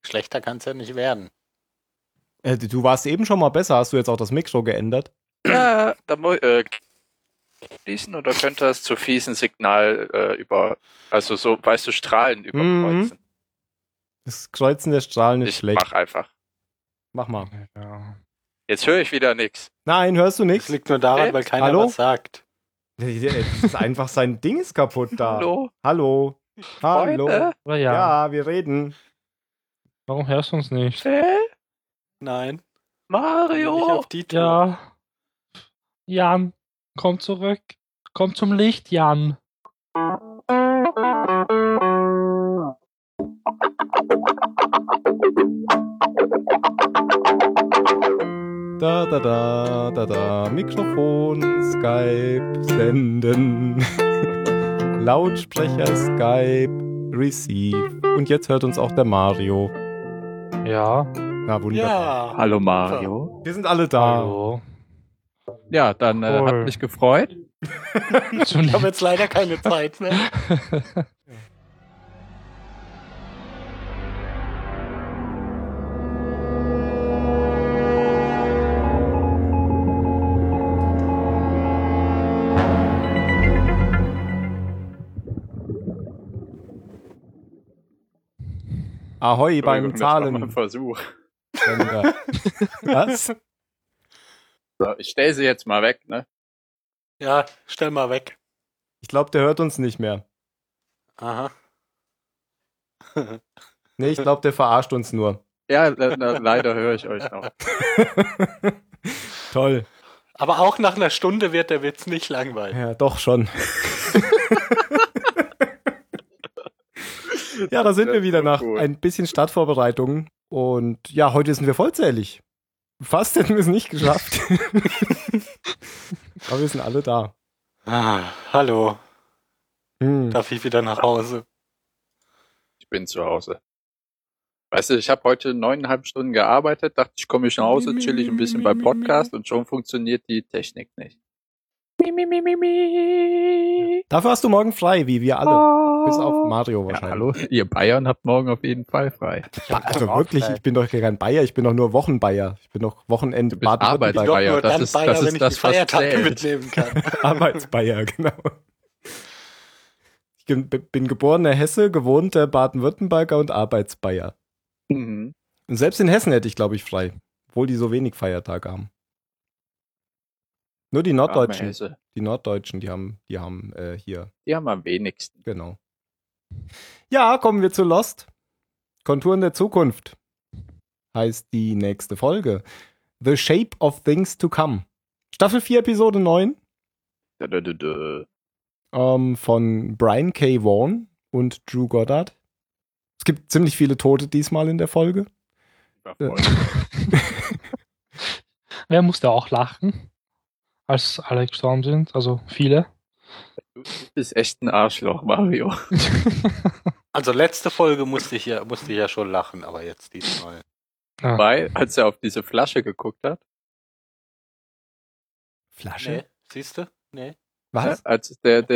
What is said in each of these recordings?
Schlechter kann es ja nicht werden. Du warst eben schon mal besser. Hast du jetzt auch das Mikro geändert? Ja, da muss fließen oder könnte das zu fiesen Signal also so, weißt du, Strahlen überkreuzen? Das Kreuzen der Strahlen ist Ich schlecht. mach einfach. Mach mal. Ja. Jetzt höre ich wieder nichts. Nein, hörst du Das nichts? liegt nur daran, weil keiner Hallo? was sagt. Das ist einfach, sein Ding ist kaputt da. Hallo? Hallo. Hallo. Freunde? Aber ja, Ja, wir reden. warum hörst du uns nicht? Phil? Nein. Nicht Mario? auf die Tour. Ja. Jan, komm zurück. Komm zum Licht, Jan. Da. Mikrofon, Skype, senden. Lautsprecher, Skype, Receive. Und jetzt hört uns auch der Mario. Ja. Na, wunderbar. Ja. Hallo Mario. Wir sind alle da. Hallo. Ja, dann Cool. hat mich gefreut. Ich habe jetzt leider keine Zeit mehr. Ahoi beim Entschuldigung, das war mal ein Zahlen. Versuch. Was? So, ich stelle sie jetzt mal weg, ne? Ja, stell mal weg. Ich glaube, der hört uns nicht mehr. Aha. Nee, ich glaube, der verarscht uns nur. Ja, leider höre ich euch noch. Toll. Aber auch nach einer Stunde wird der Witz nicht langweilig. Ja, doch schon. Ja, da sind wir wieder nach Cool. ein bisschen Startvorbereitungen. Und ja, heute sind wir vollzählig. Fast hätten wir es nicht geschafft. Aber wir sind alle da. Hallo. Hm. Darf ich wieder nach Hause? Ich bin zu Hause. Weißt du, ich habe heute 9,5 Stunden gearbeitet, dachte ich komme ich nach Hause, chill ich ein bisschen beim Podcast und schon funktioniert die Technik nicht. Dafür hast du morgen frei, wie wir alle. Bis auf Mario Ja, wahrscheinlich. hallo, ihr Bayern habt morgen auf jeden Fall frei. Also wirklich, ich bin doch kein Bayer, ich bin doch nur Wochenbayer. Ich bin doch Wochenend Du bist Baden-Württemberg. Bayer, Nur das dann ist- Bayer, das ist wenn ich das, die was Feiertage zählt. mitnehmen kann. Arbeitsbayer, genau. Ich bin geborener Hesse, gewohnter Baden-Württemberger und Arbeitsbayer. Mhm. Und selbst in Hessen hätte ich, glaube ich, frei. Obwohl die so wenig Feiertage haben. Nur die Arme Norddeutschen. Hesse. Die Norddeutschen, die haben hier, Die haben am wenigsten. genau. Ja, kommen wir zu Lost. Konturen der Zukunft heißt die nächste Folge. The Shape of Things to Come. Staffel 4, Episode 9 von Brian K. Vaughan und Drew Goddard. Es gibt ziemlich viele Tote diesmal in der Folge. War voll. Wer musste auch lachen, als alle gestorben sind? Also viele. Du bist echt ein Arschloch, Mario. Also letzte Folge musste ich ja schon lachen, aber jetzt diesmal. Ah. Weil, als er auf diese Flasche geguckt hat, Flasche? Nee, siehst du? Nee. Was? als das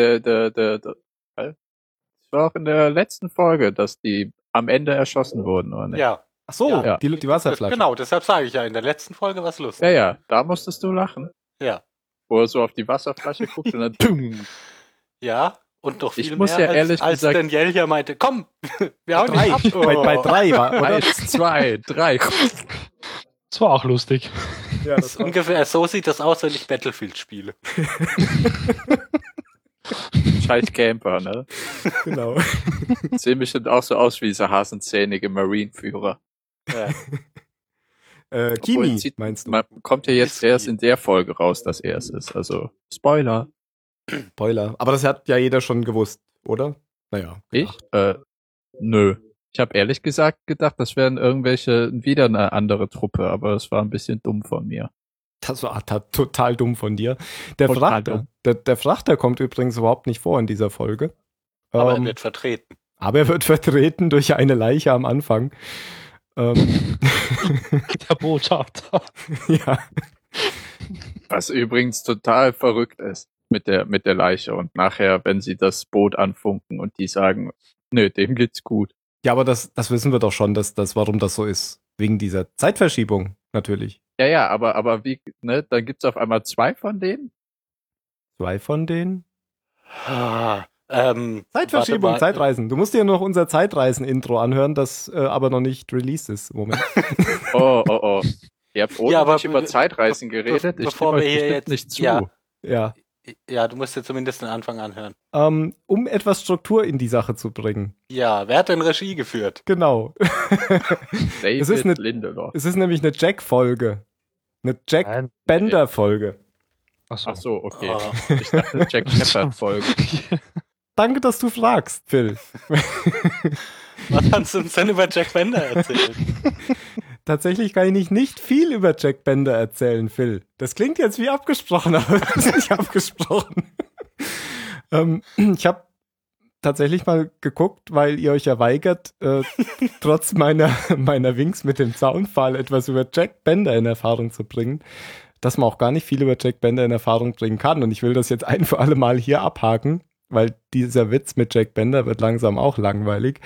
war auch in der letzten Folge, dass die am Ende erschossen wurden, oder nicht? Ja. Ach so, Ja. die Wasserflasche. Genau, deshalb sage ich ja, in der letzten Folge war es lustig. Ja, da musstest du lachen. Ja. Wo er so auf die Wasserflasche guckt und dann pum. Ja, und noch Ich viel muss mehr, ja ehrlich als gesagt- Danielle hier meinte, komm, wir hauen Drei. dich ab. Oh. Bei 3 war, oder? 1, 2, 3. Das war auch lustig. Ja, Das ist ungefähr so sieht das aus, wenn ich Battlefield spiele. Scheiß Camper, ne? genau. Sehen bestimmt auch so aus wie dieser hasenzähnige Marineführer. Ja. Kimi, Obwohl, sieht- meinst du? Man kommt ja jetzt Whisky. erst in der Folge raus, dass er es ist. Also, Spoiler. Spoiler. Aber das hat ja jeder schon gewusst, oder? Naja. Ich? Nö. Ich habe ehrlich gesagt gedacht, das wären wieder eine andere Truppe, aber es war ein bisschen dumm von mir. Das war total dumm von dir. Der Total Frachter, der Frachter kommt übrigens überhaupt nicht vor in dieser Folge. Aber er wird vertreten. aber er wird vertreten durch eine Leiche am Anfang. Der Botschafter. Ja. Was übrigens total verrückt ist mit der Leiche und nachher, wenn sie das Boot anfunken und die sagen, nö, dem geht's gut. Ja, aber das wissen wir doch schon, warum das so ist. Wegen dieser Zeitverschiebung, natürlich. Ja, aber wie, ne, dann gibt's auf einmal 2 von denen? 2 von denen. warte Zeitverschiebung, mal. Zeitreisen. Du musst dir noch unser Zeitreisen-Intro anhören, das aber noch nicht released ist im Moment. Oh. Ihr habt ohne Ja, aber mich über Zeitreisen geredet. Ich bevor stimme wir euch hier bestimmt jetzt- nicht zu. ja. Ja. Ja, du musst dir zumindest den Anfang anhören. Um etwas Struktur in die Sache zu bringen. Ja, wer hat denn Regie geführt? Genau. David Es ist eine- Lindelof. Es ist nämlich eine Jack-Folge. Eine Jack Nein. Bender-Folge. Achso. Ach so, okay. Oh. Ich dachte Jack Shepard-Folge. Danke, dass du fragst, Phil. Was kannst du uns denn über Jack Bender erzählen? Tatsächlich kann ich nicht viel über Jack Bender erzählen, Phil. Das klingt jetzt wie abgesprochen, aber das ist nicht abgesprochen. Ich habe tatsächlich mal geguckt, weil ihr euch ja weigert, trotz meiner Winks mit dem Zaunpfahl etwas über Jack Bender in Erfahrung zu bringen, dass man auch gar nicht viel über Jack Bender in Erfahrung bringen kann. Und ich will das jetzt ein für alle Mal hier abhaken, weil dieser Witz mit Jack Bender wird langsam auch langweilig.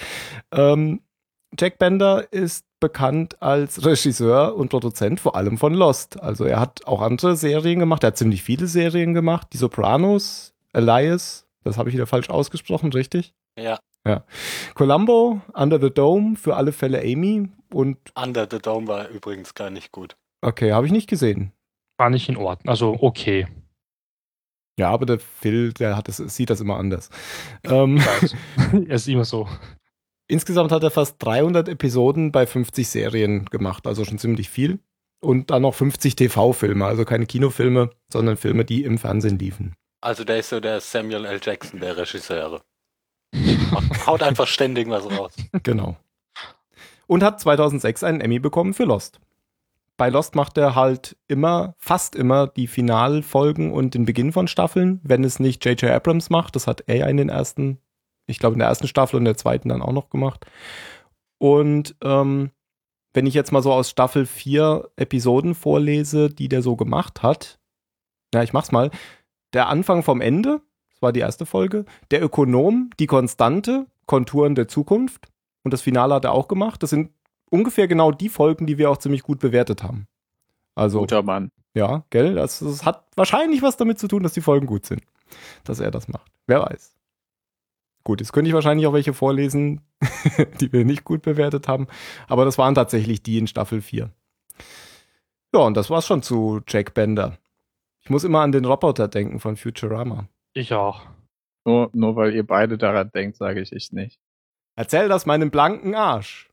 Jack Bender ist bekannt als Regisseur und Produzent vor allem von Lost. Also er hat auch andere Serien gemacht. Er hat ziemlich viele Serien gemacht. Die Sopranos, Elias, das habe ich wieder falsch ausgesprochen, richtig? Ja, Columbo, Under the Dome, für alle Fälle Amy und Under the Dome war übrigens gar nicht gut. okay, habe ich nicht gesehen. War nicht in Ordnung. Also okay. Ja, aber der Phil, sieht das immer anders. Weiß. Er ist immer so. Insgesamt hat er fast 300 Episoden bei 50 Serien gemacht, also schon ziemlich viel. Und dann noch 50 TV-Filme, also keine Kinofilme, sondern Filme, die im Fernsehen liefen. Also der ist so der Samuel L. Jackson der Regisseure. Haut einfach ständig was raus. Genau. Und hat 2006 einen Emmy bekommen für Lost. Bei Lost macht er halt fast immer die Finalfolgen und den Beginn von Staffeln, wenn es nicht J.J. Abrams macht. Das hat er ja in der ersten Staffel und der zweiten dann auch noch gemacht. Und wenn ich jetzt mal so aus Staffel 4 Episoden vorlese, die der so gemacht hat, ja, ich mach's mal. Der Anfang vom Ende, das war die erste Folge. Der Ökonom, die Konstante, Konturen der Zukunft. Und das Finale hat er auch gemacht. Das sind ungefähr genau die Folgen, die wir auch ziemlich gut bewertet haben. Also, Guter Mann. ja, gell? Das hat wahrscheinlich was damit zu tun, dass die Folgen gut sind. Dass er das macht. Wer weiß. Gut, jetzt könnte ich wahrscheinlich auch welche vorlesen, die wir nicht gut bewertet haben. Aber das waren tatsächlich die in Staffel 4. Ja, und das war's schon zu Jack Bender. Ich muss immer an den Roboter denken von Futurama. Ich auch. Nur weil ihr beide daran denkt, sage ich nicht. Erzähl das meinem blanken Arsch.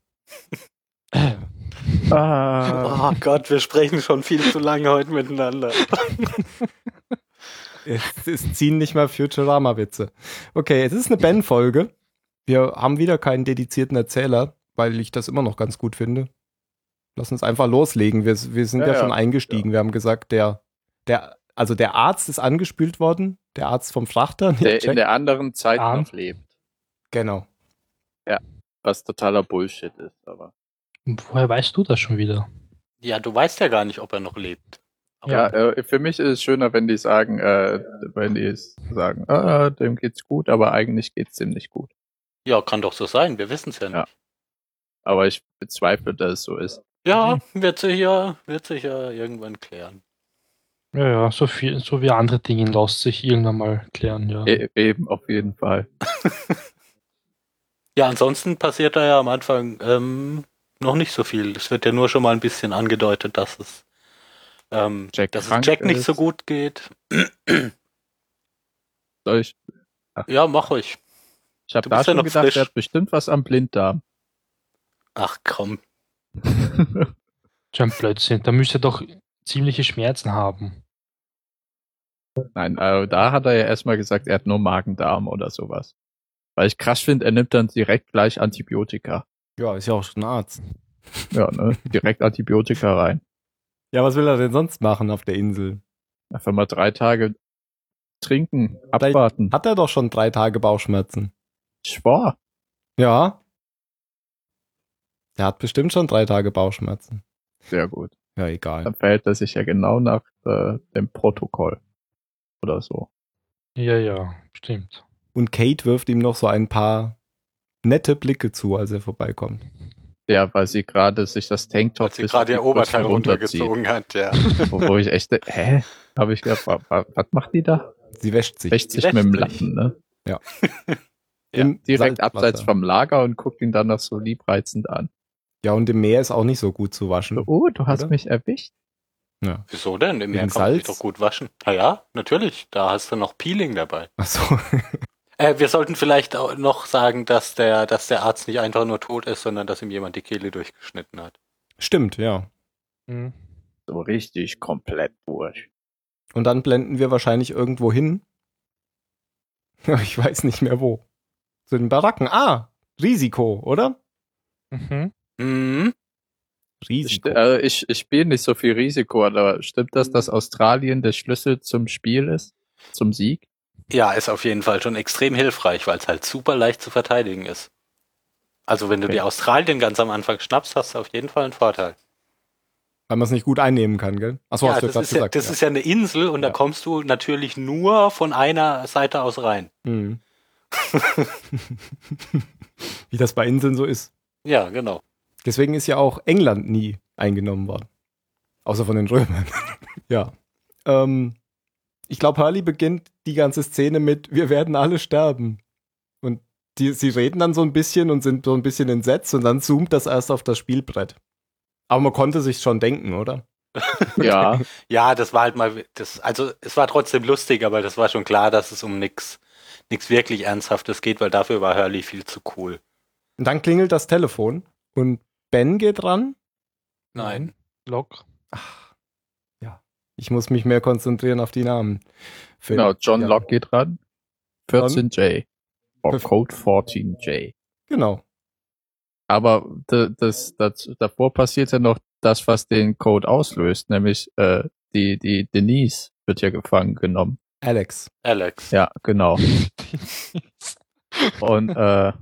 Ah. Oh Gott, wir sprechen schon viel zu lange heute miteinander. Es ziehen nicht mal Futurama-Witze. Okay, es ist eine Ben-Folge. Wir haben wieder keinen dedizierten Erzähler, weil ich das immer noch ganz gut finde. Lass uns einfach loslegen. Wir sind ja schon eingestiegen. Wir haben gesagt, der Arzt ist angespült worden. Der Arzt vom Frachter. Der Jack. in der anderen Zeit Ah. noch lebt. Genau. Was totaler Bullshit ist, aber. Woher weißt du das schon wieder? Ja, du weißt ja gar nicht, ob er noch lebt. Ja, für mich ist es schöner, wenn die sagen, dem geht's gut, aber eigentlich geht's dem nicht gut. Ja, kann doch so sein. Wir wissen es ja nicht. Ja. Aber ich bezweifle, dass es so ist. Ja, wird sich ja irgendwann klären. Ja, so wie andere Dinge lässt sich irgendwann mal klären, ja. Eben, auf jeden Fall. Ja, ansonsten passiert da ja am Anfang noch nicht so viel. Es wird ja nur schon mal ein bisschen angedeutet, dass es Jack nicht so gut geht. Soll ich? Ja, mach ruhig. Ich habe Du da bist ja schon noch gedacht, frisch. der hat bestimmt was am Blinddarm. Ach komm. So ein Blödsinn. Da müsste er doch ziemliche Schmerzen haben. Nein, da hat er ja erstmal gesagt, er hat nur Magen-Darm oder sowas. Weil ich krass finde, er nimmt dann direkt gleich Antibiotika. Ja, ist ja auch schon ein Arzt. Ja, ne? Direkt Antibiotika rein. Ja, was will er denn sonst machen auf der Insel? Einfach mal 3 Tage trinken, abwarten. Hat er doch schon 3 Tage Bauchschmerzen. Schwor. Ja. Er hat bestimmt schon 3 Tage Bauchschmerzen. Sehr gut. Ja, egal. Dann verhält er sich ja genau nach dem Protokoll. Oder so. Ja, stimmt. Und Kate wirft ihm noch so ein paar nette Blicke zu, als er vorbeikommt. Ja, weil sie gerade sich das Tanktop... Weil sie gerade ihr Oberteil runtergezogen hat, ja. Wo ich echt... Habe ich gedacht, was macht die da? Sie wäscht sich. Wäscht sich mit dem Lappen, ne? Ja. Ja. Direkt abseits vom Lager und guckt ihn dann noch so liebreizend an. Ja, und im Meer ist auch nicht so gut zu waschen. Oh, du hast oder? mich erwischt. Ja. Wieso denn? Im Meer Wegen kann man sich Salz? doch gut waschen. Ja, natürlich. Da hast du noch Peeling dabei. Ach so. Wir sollten vielleicht auch noch sagen, dass der Arzt nicht einfach nur tot ist, sondern dass ihm jemand die Kehle durchgeschnitten hat. Stimmt, ja. Mhm. So richtig komplett durch. Und dann blenden wir wahrscheinlich irgendwo hin. Ich weiß nicht mehr wo. Zu den Baracken. Risiko, oder? Mhm. Mhm. Risiko. Ich spiele nicht so viel Risiko, aber stimmt das, dass Australien der Schlüssel zum Spiel ist? Zum Sieg? Ja, ist auf jeden Fall schon extrem hilfreich, weil es halt super leicht zu verteidigen ist. Also wenn du dir Australien ganz am Anfang schnappst, hast du auf jeden Fall einen Vorteil. Weil man es nicht gut einnehmen kann, gell? Achso, Ja, hast du das gerade ist ja, gesagt. das ist ja eine Insel und da kommst du natürlich nur von einer Seite aus rein. Mhm. Wie das bei Inseln so ist. Ja, genau. Deswegen ist ja auch England nie eingenommen worden. Außer von den Römern. Ja. Ich glaube, Hurley beginnt die ganze Szene mit: Wir werden alle sterben. Und sie reden dann so ein bisschen und sind so ein bisschen entsetzt und dann zoomt das erst auf das Spielbrett. Aber man konnte sich schon denken, oder? Ja. Ja, das war halt mal, also es war trotzdem lustig, aber das war schon klar, dass es um nichts wirklich Ernsthaftes geht, weil dafür war Hurley viel zu cool. Und dann klingelt das Telefon und Ben geht ran. Nein. Lock. Ach, ja. Ich muss mich mehr konzentrieren auf die Namen. Genau, John Locke geht ran. 14J. Oder Code 14J. Genau. Aber davor passiert ja noch das, was den Code auslöst, nämlich die Denise wird ja gefangen genommen. Alex. Ja, genau. Und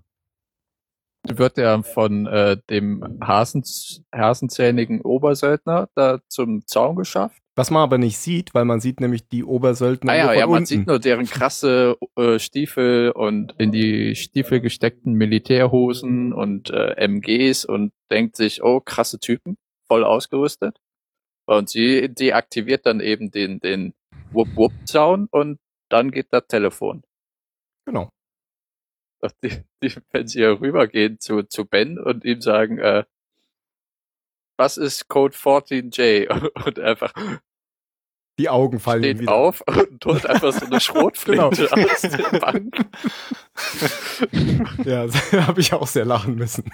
wird ja von dem hasenzähnigen Obersöldner da zum Zaun geschafft. Was man aber nicht sieht, weil man sieht nämlich die Obersöldner nur von Man unten. sieht nur deren krasse Stiefel und in die Stiefel gesteckten Militärhosen und MGs und denkt sich, oh, krasse Typen, voll ausgerüstet. Und sie deaktiviert dann eben den Wupp-Wupp-Zaun und dann geht das Telefon. Genau. Wenn sie rübergehen zu Ben und ihm sagen, was ist Code 14J? Und einfach Die Augen fallen ihm steht wieder auf und holt einfach so eine Schrotflinte aus der Bank. Ja, da habe ich auch sehr lachen müssen.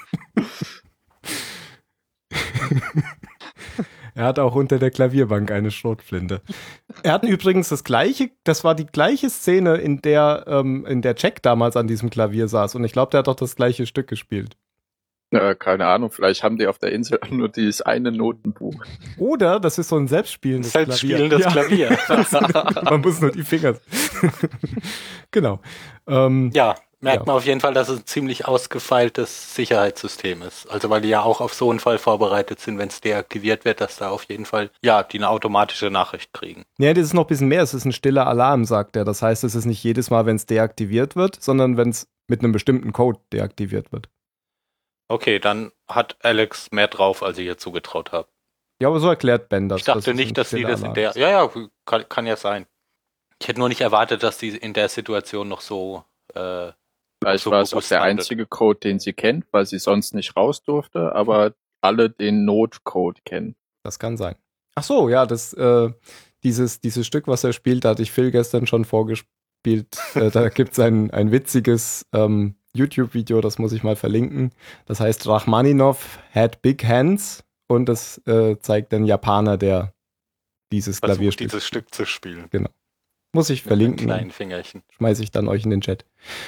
Er hat auch unter der Klavierbank eine Schrotflinte. Er hat übrigens das war die gleiche Szene, in der Jack damals an diesem Klavier saß. Und ich glaube, der hat doch das gleiche Stück gespielt. Keine Ahnung, vielleicht haben die auf der Insel nur dieses eine Notenbuch. Oder das ist so ein selbstspielendes Klavier. Man muss nur die Finger. Genau. Ja, merkt man auf jeden Fall, dass es ein ziemlich ausgefeiltes Sicherheitssystem ist. Also weil die ja auch auf so einen Fall vorbereitet sind, wenn es deaktiviert wird, dass da auf jeden Fall, die eine automatische Nachricht kriegen. Ja, das ist noch ein bisschen mehr. Es ist ein stiller Alarm, sagt er. Das heißt, es ist nicht jedes Mal, wenn es deaktiviert wird, sondern wenn es mit einem bestimmten Code deaktiviert wird. Okay, dann hat Alex mehr drauf, als ich ihr zugetraut habe. Ja, aber so erklärt Ben das. Ich dachte nicht, dass sie das in der... Ja, kann ja sein. Ich hätte nur nicht erwartet, dass die in der Situation noch so... Vielleicht war es auch der einzige Code, den sie kennt, weil sie sonst nicht raus durfte, aber alle den Notcode kennen. Das kann sein. Ach so, ja, dieses Stück, was er spielt, da hatte ich Phil gestern schon vorgespielt. Da gibt es ein witziges YouTube-Video, das muss ich mal verlinken. Das heißt, Rachmaninov had big hands und das zeigt ein Japaner, der dieses Klavier spielt. Dieses Stück zu spielen. Genau. Muss ich verlinken. Mit kleinen Fingerchen. Schmeiße ich dann euch in den Chat.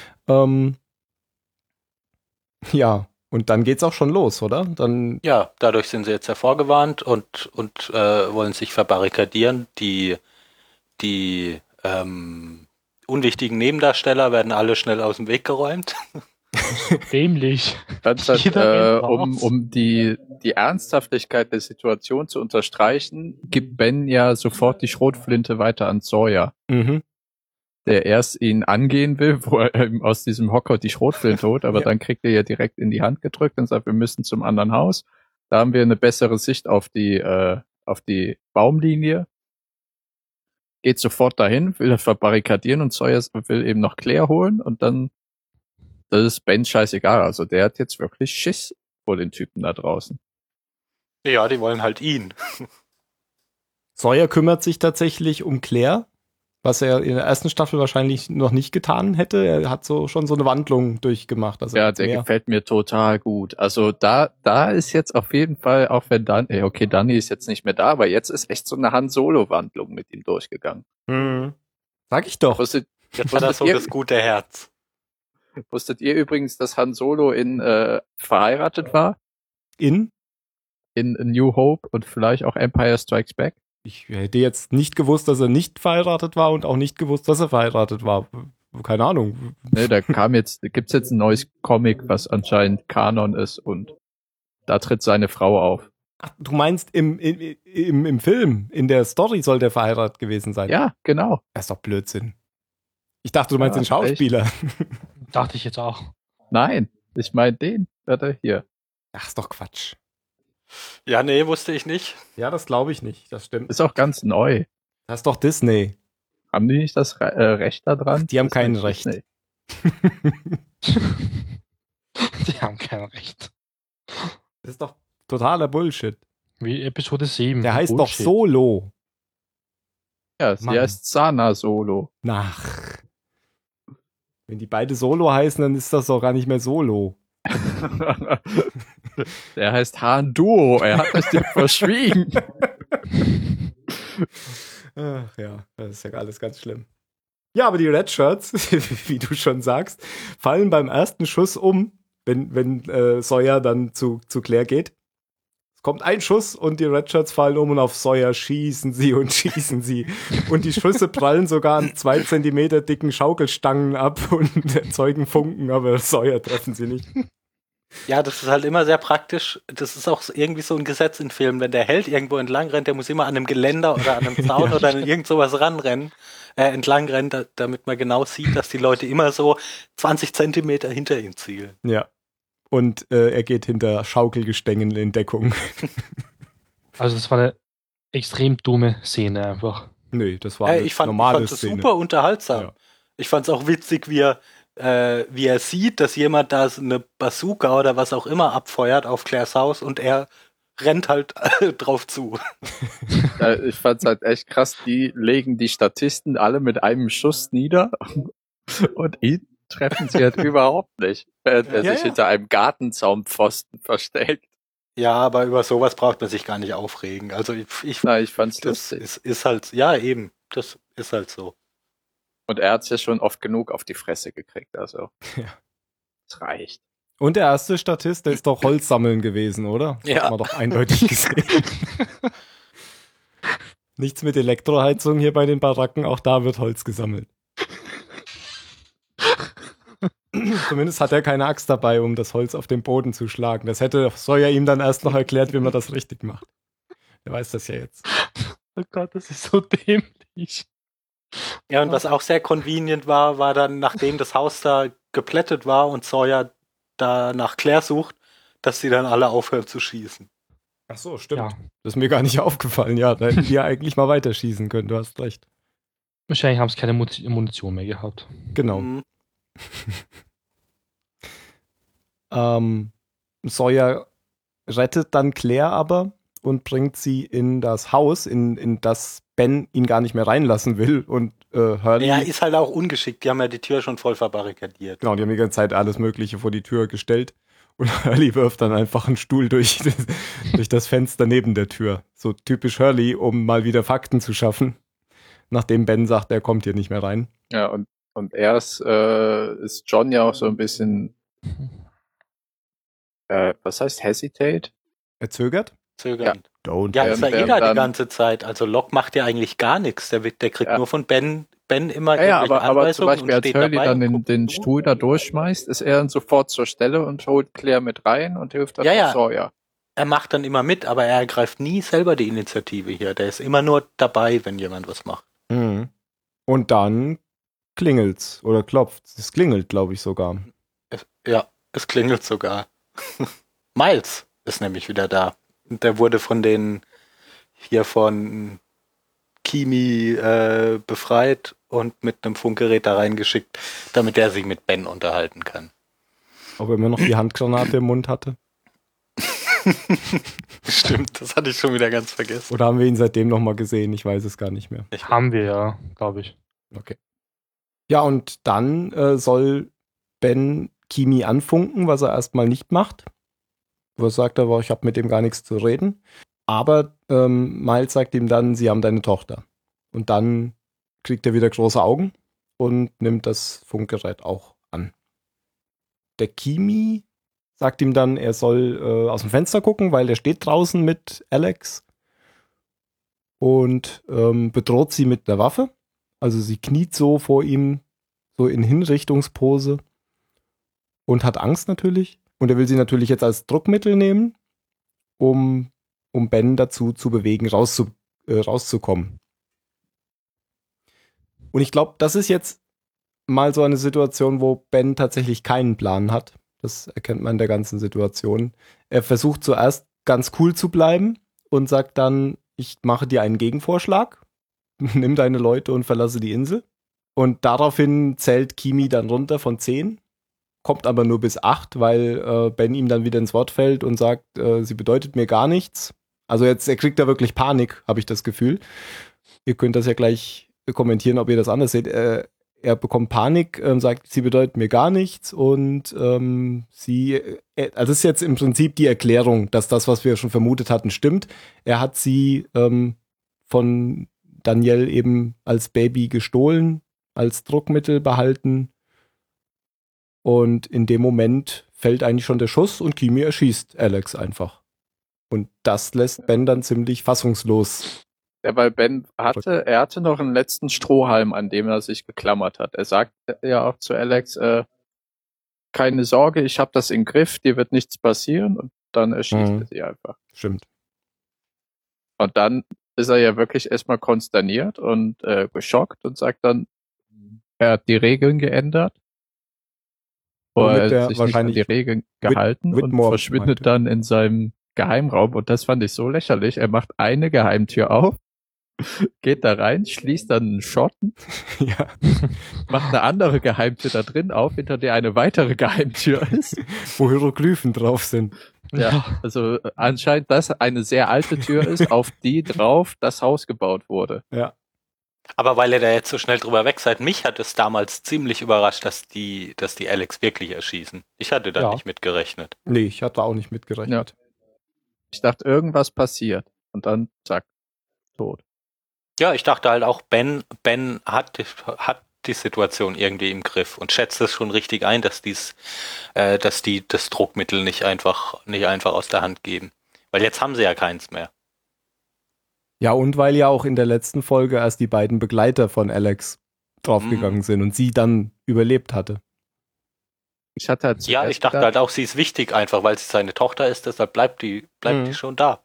Ja, und dann geht's auch schon los, oder? Dann ja, dadurch sind sie jetzt hervorgewarnt und wollen sich verbarrikadieren. Die unwichtigen Nebendarsteller werden alle schnell aus dem Weg geräumt. Dämlich. Um die Ernsthaftigkeit der Situation zu unterstreichen, gibt Ben ja sofort die Schrotflinte weiter an Sawyer. Mhm. der erst ihn angehen will, wo er aus diesem Hocker die Schrotflinte holt, aber dann kriegt er ja direkt in die Hand gedrückt und sagt, wir müssen zum anderen Haus. Da haben wir eine bessere Sicht auf die Baumlinie. Geht sofort dahin, will er verbarrikadieren und Sawyer will eben noch Claire holen und dann, das ist Ben scheißegal. Also der hat jetzt wirklich Schiss vor den Typen da draußen. Ja, die wollen halt ihn. Sawyer kümmert sich tatsächlich um Claire, was er in der ersten Staffel wahrscheinlich noch nicht getan hätte. Er hat schon so eine Wandlung durchgemacht. Also Ja, der gefällt mir total gut. Also da ist jetzt auf jeden Fall, auch wenn Danny ist jetzt nicht mehr da, aber jetzt ist echt so eine Han-Solo-Wandlung mit ihm durchgegangen. Sag ich doch. Jetzt war das so das gute Herz. Wusstet ihr übrigens, dass Han Solo verheiratet war? In New Hope und vielleicht auch Empire Strikes Back? Ich hätte jetzt nicht gewusst, dass er nicht verheiratet war und auch nicht gewusst, dass er verheiratet war. Keine Ahnung. Ne, gibt's jetzt ein neues Comic, was anscheinend Kanon ist und da tritt seine Frau auf. Ach, du meinst im Film, in der Story soll der verheiratet gewesen sein? Ja, genau. Das ist doch Blödsinn. Ich dachte, du meinst den Schauspieler. Dachte ich jetzt auch. Nein, ich meine den. Warte, hier. Ach, ist doch Quatsch. Ja, nee, wusste ich nicht. Ja, das glaube ich nicht. Das stimmt. Ist auch ganz neu. Das ist doch Disney. Haben die nicht das Recht da dran? Die haben Das kein ist Recht. Disney. Die haben kein Recht. Das ist doch totaler Bullshit. Wie Episode 7. Der heißt Bullshit. doch Solo. Ja, sie Mann. heißt Sana Solo. Nach. Wenn die beide Solo heißen, dann ist das doch gar nicht mehr Solo. Der heißt Han Duo. Er hat es dir verschwiegen. Ach ja, das ist ja alles ganz schlimm. Ja, aber die Red Shirts, wie du schon sagst, fallen beim ersten Schuss um, wenn Sawyer dann zu Claire geht. Es kommt ein Schuss und die Red Shirts fallen um und auf Sawyer schießen sie. Und die Schüsse prallen sogar an 2 Zentimeter dicken Schaukelstangen ab und erzeugen Funken, aber Sawyer treffen sie nicht. Ja, das ist halt immer sehr praktisch. Das ist auch irgendwie so ein Gesetz in Filmen. Wenn der Held irgendwo entlang rennt, der muss immer an einem Geländer oder an einem Zaun oder an irgend sowas entlang rennen, damit man genau sieht, dass die Leute immer so 20 Zentimeter hinter ihm zielen. Ja. Und er geht hinter Schaukelgestängen in Deckung. Also das war eine extrem dumme Szene einfach. Nö, das war eine normale ich fand Szene. super unterhaltsam. Ja. Ich fand es auch witzig, wie er sieht, dass jemand da so eine Bazooka oder was auch immer abfeuert auf Claires Haus und er rennt halt drauf zu. Ich fand's halt echt krass, die legen die Statisten alle mit einem Schuss nieder und ihn treffen sie halt überhaupt nicht, während er sich hinter einem Gartenzaumpfosten versteckt. Ja, aber über sowas braucht man sich gar nicht aufregen. Also ich fand's das lustig. ist halt, ja eben, das ist halt so. Und er hat's ja schon oft genug auf die Fresse gekriegt, also. Ja. Das reicht. Und der erste Statist, der ist doch Holz sammeln gewesen, oder? Das Ja. hat man doch eindeutig gesehen. Nichts mit Elektroheizung hier bei den Baracken, auch da wird Holz gesammelt. Zumindest hat er keine Axt dabei, um das Holz auf den Boden zu schlagen. Das hätte Sawyer ihm dann erst noch erklärt, wie man das richtig macht. Er weiß das ja jetzt. Oh Gott, das ist so dämlich. Ja, und was auch sehr convenient war dann, nachdem das Haus da geplättet war und Sawyer da nach Claire sucht, dass sie dann alle aufhören zu schießen. Ach so, stimmt. Ja. Das ist mir gar nicht aufgefallen. Ja, da hätten wir eigentlich mal weiterschießen können. Du hast recht. Wahrscheinlich haben sie keine Munition mehr gehabt. Genau. Mhm. Sawyer rettet dann Claire aber und bringt sie in das Haus, in das Ben ihn gar nicht mehr reinlassen will. Und Hurley... Ja, ist halt auch ungeschickt. Die haben ja die Tür schon voll verbarrikadiert. Genau, die haben die ganze Zeit alles Mögliche vor die Tür gestellt. Und Hurley wirft dann einfach einen Stuhl durch das Fenster neben der Tür. So typisch Hurley, um mal wieder Fakten zu schaffen. Nachdem Ben sagt, er kommt hier nicht mehr rein. Ja, und erst ist John ja auch so ein bisschen, was heißt hesitate? Er zögert. Zögernd. Don't. Ja, ist ja während da die dann- ganze Zeit. Also Locke macht ja eigentlich gar nichts. Der kriegt Ja. nur von Ben immer Ja, irgendwelche aber zum Anweisungen Beispiel, und als steht Hurley dabei dann und guckt den zu. Stuhl da durchschmeißt, ist er dann sofort zur Stelle und holt Claire mit rein und hilft dann Ja. Sawyer. Er macht dann immer mit, aber er ergreift nie selber die Initiative hier. Der ist immer nur dabei, wenn jemand was macht. Mhm. Und dann klingelt's oder klopft's. Es klingelt, glaube ich, sogar. Es klingelt sogar. Miles ist nämlich wieder da. Und der wurde von Kimi befreit und mit einem Funkgerät da reingeschickt, damit er sich mit Ben unterhalten kann. Ob er immer noch die Handgranate im Mund hatte? Stimmt, das hatte ich schon wieder ganz vergessen. Oder haben wir ihn seitdem nochmal gesehen? Ich weiß es gar nicht mehr. Haben wir ja, glaube ich. Okay. Ja, und dann soll Ben Kimi anfunken, was er erstmal nicht macht. Was sagt er, ich habe mit dem gar nichts zu reden. Aber Miles sagt ihm dann, sie haben deine Tochter. Und dann kriegt er wieder große Augen und nimmt das Funkgerät auch an. Der Kimi sagt ihm dann, er soll aus dem Fenster gucken, weil er steht draußen mit Alex und bedroht sie mit der Waffe. Also sie kniet so vor ihm, so in Hinrichtungspose und hat Angst natürlich. Und er will sie natürlich jetzt als Druckmittel nehmen, um Ben dazu zu bewegen, rauszukommen. Und ich glaube, das ist jetzt mal so eine Situation, wo Ben tatsächlich keinen Plan hat. Das erkennt man in der ganzen Situation. Er versucht zuerst ganz cool zu bleiben und sagt dann, ich mache dir einen Gegenvorschlag, nimm deine Leute und verlasse die Insel. Und daraufhin zählt Kimi dann runter von 10, kommt aber nur bis 8, weil Ben ihm dann wieder ins Wort fällt und sagt, sie bedeutet mir gar nichts. Also er kriegt da wirklich Panik, habe ich das Gefühl. Ihr könnt das ja gleich kommentieren, ob ihr das anders seht. Er bekommt Panik, sagt, sie bedeutet mir gar nichts und also das ist jetzt im Prinzip die Erklärung, dass das, was wir schon vermutet hatten, stimmt. Er hat sie von Danielle eben als Baby gestohlen, als Druckmittel behalten und in dem Moment fällt eigentlich schon der Schuss und Kimi erschießt Alex einfach. Und das lässt Ben dann ziemlich fassungslos. Ja, weil Ben hatte noch einen letzten Strohhalm, an dem er sich geklammert hat. Er sagt ja auch zu Alex, keine Sorge, ich habe das im Griff, dir wird nichts passieren und dann erschießt er sie einfach. Stimmt. Und dann ist er ja wirklich erstmal konsterniert und geschockt und sagt dann, er hat die Regeln geändert. Oder er hat sich nicht an die Regeln gehalten und verschwindet dann in seinem Geheimraum. Und das fand ich so lächerlich. Er macht eine Geheimtür auf, geht da rein, schließt dann einen Schotten, ja. macht eine andere Geheimtür da drin auf, hinter der eine weitere Geheimtür ist. Wo Hieroglyphen drauf sind. Ja, also anscheinend das eine sehr alte Tür ist, auf die drauf das Haus gebaut wurde. Ja. Aber weil ihr da jetzt so schnell drüber weg seid, mich hat es damals ziemlich überrascht, dass die Alex wirklich erschießen. Ich hatte da nicht mitgerechnet. Nee, ich hatte auch nicht mitgerechnet. Ja. Ich dachte, irgendwas passiert. Und dann, zack, tot. Ja, ich dachte halt auch, Ben hat die Situation irgendwie im Griff und schätzt es schon richtig ein, dass die das Druckmittel nicht einfach aus der Hand geben. Weil jetzt haben sie ja keins mehr. Ja, und weil ja auch in der letzten Folge erst die beiden Begleiter von Alex draufgegangen sind und sie dann überlebt hatte. Ich dachte halt auch, sie ist wichtig einfach, weil sie seine Tochter ist, deshalb bleibt die schon da.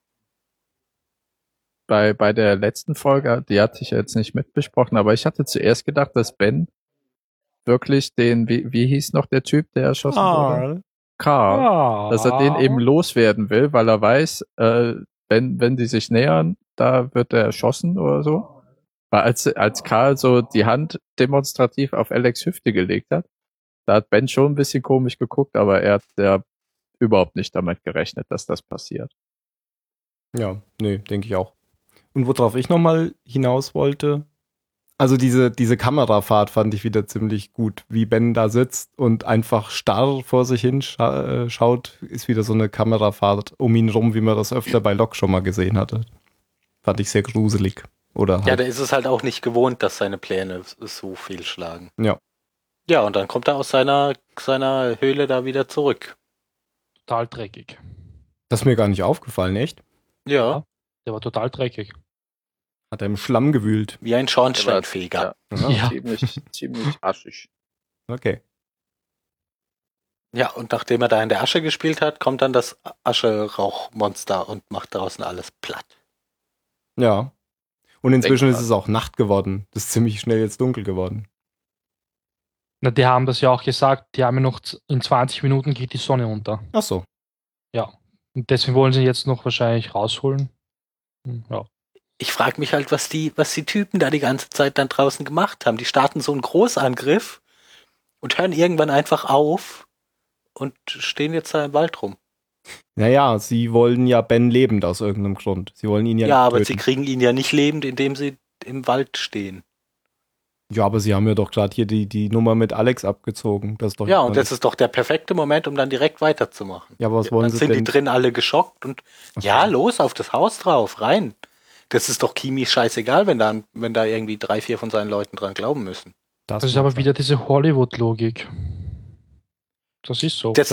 Bei der letzten Folge, die hatte ich jetzt nicht mitbesprochen, aber ich hatte zuerst gedacht, dass Ben wirklich wie hieß noch der Typ, der erschossen wurde? Karl. Dass er den eben loswerden will, weil er weiß, wenn die sich nähern, da wird er erschossen oder so. Weil als Karl so die Hand demonstrativ auf Alex Hüfte gelegt hat, da hat Ben schon ein bisschen komisch geguckt, aber er hat ja überhaupt nicht damit gerechnet, dass das passiert. Ja, nee, denke ich auch. Und worauf ich nochmal hinaus wollte, also diese Kamerafahrt fand ich wieder ziemlich gut, wie Ben da sitzt und einfach starr vor sich hin schaut, ist wieder so eine Kamerafahrt um ihn rum, wie man das öfter bei Locke schon mal gesehen hatte. Fand ich sehr gruselig. Oder halt. Da ist es halt auch nicht gewohnt, dass seine Pläne so fehlschlagen. Ja. Ja, und dann kommt er aus seiner Höhle da wieder zurück. Total dreckig. Das ist mir gar nicht aufgefallen, echt? Ja. Der war total dreckig. Hat er im Schlamm gewühlt. Wie ein Schornsteinfeger. Ja. Ziemlich aschig. Okay. Ja, und nachdem er da in der Asche gespielt hat, kommt dann das Asche-Rauchmonster und macht draußen alles platt. Ja. Und inzwischen ist es auch Nacht geworden. Das ist ziemlich schnell jetzt dunkel geworden. Na, die haben das ja auch gesagt, die haben ja noch in 20 Minuten geht die Sonne unter. Ach so. Ja. Und deswegen wollen sie jetzt noch wahrscheinlich rausholen. Ja. Ich frage mich halt, was die Typen da die ganze Zeit dann draußen gemacht haben. Die starten so einen Großangriff und hören irgendwann einfach auf und stehen jetzt da im Wald rum. Naja, sie wollen ja Ben lebend aus irgendeinem Grund. Sie wollen ihn ja Ja, nicht aber töten. sie kriegen ihn ja nicht lebend, indem sie im Wald stehen. Ja, aber sie haben ja doch gerade hier die Nummer mit Alex abgezogen. Das ist doch Ja, und das ist doch der perfekte Moment, um dann direkt weiterzumachen. Ja, aber was wollen Dann sie sind denn? die drin alle geschockt und ja, los, auf das Haus drauf, rein. Das ist doch Kimi scheißegal, wenn da irgendwie 3, 4 von seinen Leuten dran glauben müssen. Das ist aber wieder diese Hollywood-Logik. Das ist so.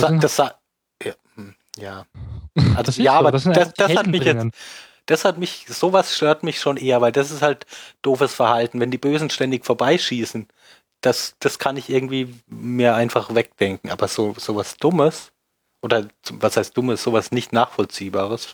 Ja. Das ist so. aber Das sind einfach die das hat Helden mich drinnen. sowas stört mich schon eher, weil das ist halt doofes Verhalten, wenn die Bösen ständig vorbeischießen. Das kann ich irgendwie mir einfach wegdenken. Aber sowas Dummes, oder was heißt Dummes, sowas nicht Nachvollziehbares,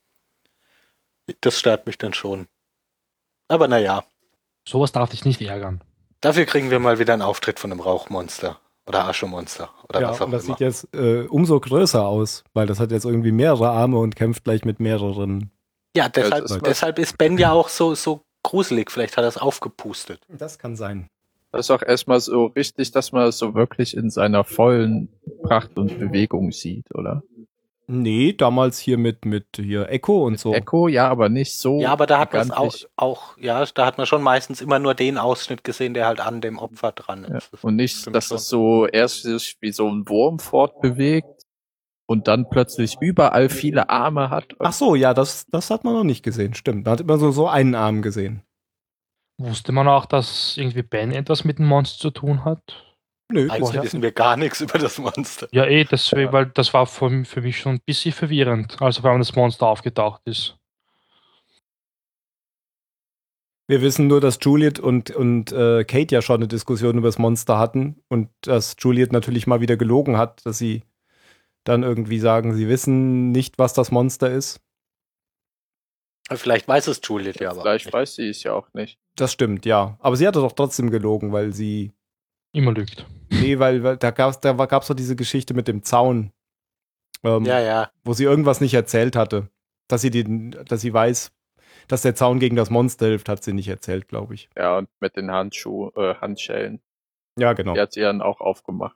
das stört mich dann schon. Aber naja, Sowas darf dich nicht ärgern. dafür kriegen wir mal wieder einen Auftritt von einem Rauchmonster oder Aschenmonster oder Ja, was auch und das immer. sieht jetzt umso größer aus, weil das hat jetzt irgendwie mehrere Arme und kämpft gleich mit mehreren. Ja, das ist deshalb ist Ben ja auch so gruselig. Vielleicht hat er es aufgepustet. Das kann sein. Das ist auch erstmal so richtig, dass man es so wirklich in seiner vollen Pracht und Bewegung sieht, oder? Nee, damals hier mit hier Echo und so. Echo, ja, aber nicht so. Ja, aber da hat man es gigantisch. auch, ja, da hat man schon meistens immer nur den Ausschnitt gesehen, der halt an dem Opfer dran Ja. ist. Das Und nicht, stimmt dass schon. es so erst sich wie so ein Wurm fortbewegt und dann plötzlich überall viele Arme hat. Ach so, ja, das hat man noch nicht gesehen, stimmt. Da hat man so einen Arm gesehen. Wusste man auch, dass irgendwie Ben etwas mit dem Monster zu tun hat? Nö, Eigentlich woher? wissen wir gar nichts über das Monster. Ja, deswegen, weil das war für mich schon ein bisschen verwirrend, also vor allem das Monster aufgetaucht ist. Wir wissen nur, dass Juliet und Kate ja schon eine Diskussion über das Monster hatten und dass Juliet natürlich mal wieder gelogen hat, dass sie dann irgendwie sagen, sie wissen nicht, was das Monster ist. Vielleicht weiß es Juliet ja aber. Vielleicht nicht. weiß sie es ja auch nicht. Das stimmt, ja. Aber sie hatte doch trotzdem gelogen, weil sie. Immer lügt. Nee, weil da gab's doch diese Geschichte mit dem Zaun, Ja. wo sie irgendwas nicht erzählt hatte. Dass sie weiß, dass der Zaun gegen das Monster hilft, hat sie nicht erzählt, glaube ich. Ja, und mit den Handschellen. Ja, genau. Die hat sie dann auch aufgemacht.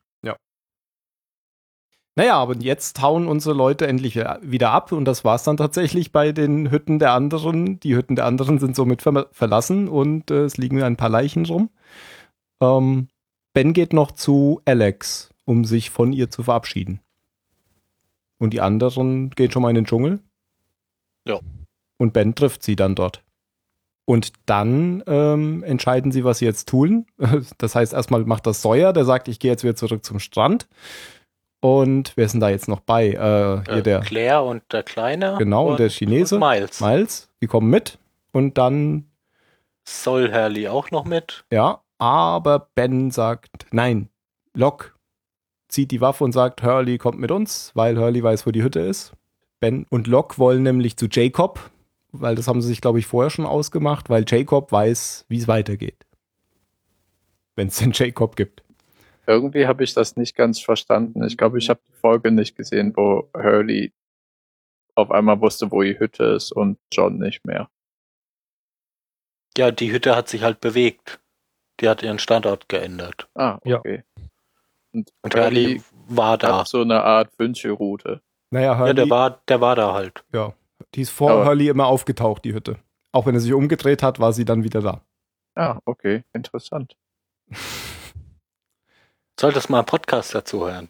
Naja, aber jetzt hauen unsere Leute endlich wieder ab und das war's dann tatsächlich bei den Hütten der anderen. Die Hütten der anderen sind somit verlassen und es liegen ein paar Leichen rum. Ben geht noch zu Alex, um sich von ihr zu verabschieden. Und die anderen gehen schon mal in den Dschungel. Ja. Und Ben trifft sie dann dort. Und dann entscheiden sie, was sie jetzt tun. Das heißt, erstmal macht das Sawyer, der sagt, ich gehe jetzt wieder zurück zum Strand. Und wer ist denn da jetzt noch bei? Hier der Claire und der Kleine. Genau, und der Chinese. Und Miles. Die kommen mit. Und dann, Soll Hurley auch noch mit? ja, aber Ben sagt, nein, Locke zieht die Waffe und sagt, Hurley kommt mit uns, weil Hurley weiß, wo die Hütte ist. Ben und Locke wollen nämlich zu Jacob, weil das haben sie sich, glaube ich, vorher schon ausgemacht, weil Jacob weiß, wie es weitergeht. Wenn es den Jacob gibt. Irgendwie habe ich das nicht ganz verstanden. Ich glaube, ich habe die Folge nicht gesehen, wo Hurley auf einmal wusste, wo die Hütte ist und John nicht mehr. Ja, die Hütte hat sich halt bewegt. Die hat ihren Standort geändert. Ah, Ja. okay. Und Und Hurley war da. hat so eine Art Wünschelroute. Naja, Ja, Hurley, der war da halt. ja, die ist vor Aber- Hurley immer aufgetaucht, die Hütte. Auch wenn er sich umgedreht hat, war sie dann wieder da. Ah, okay, interessant. Solltest mal einen Podcast dazu hören.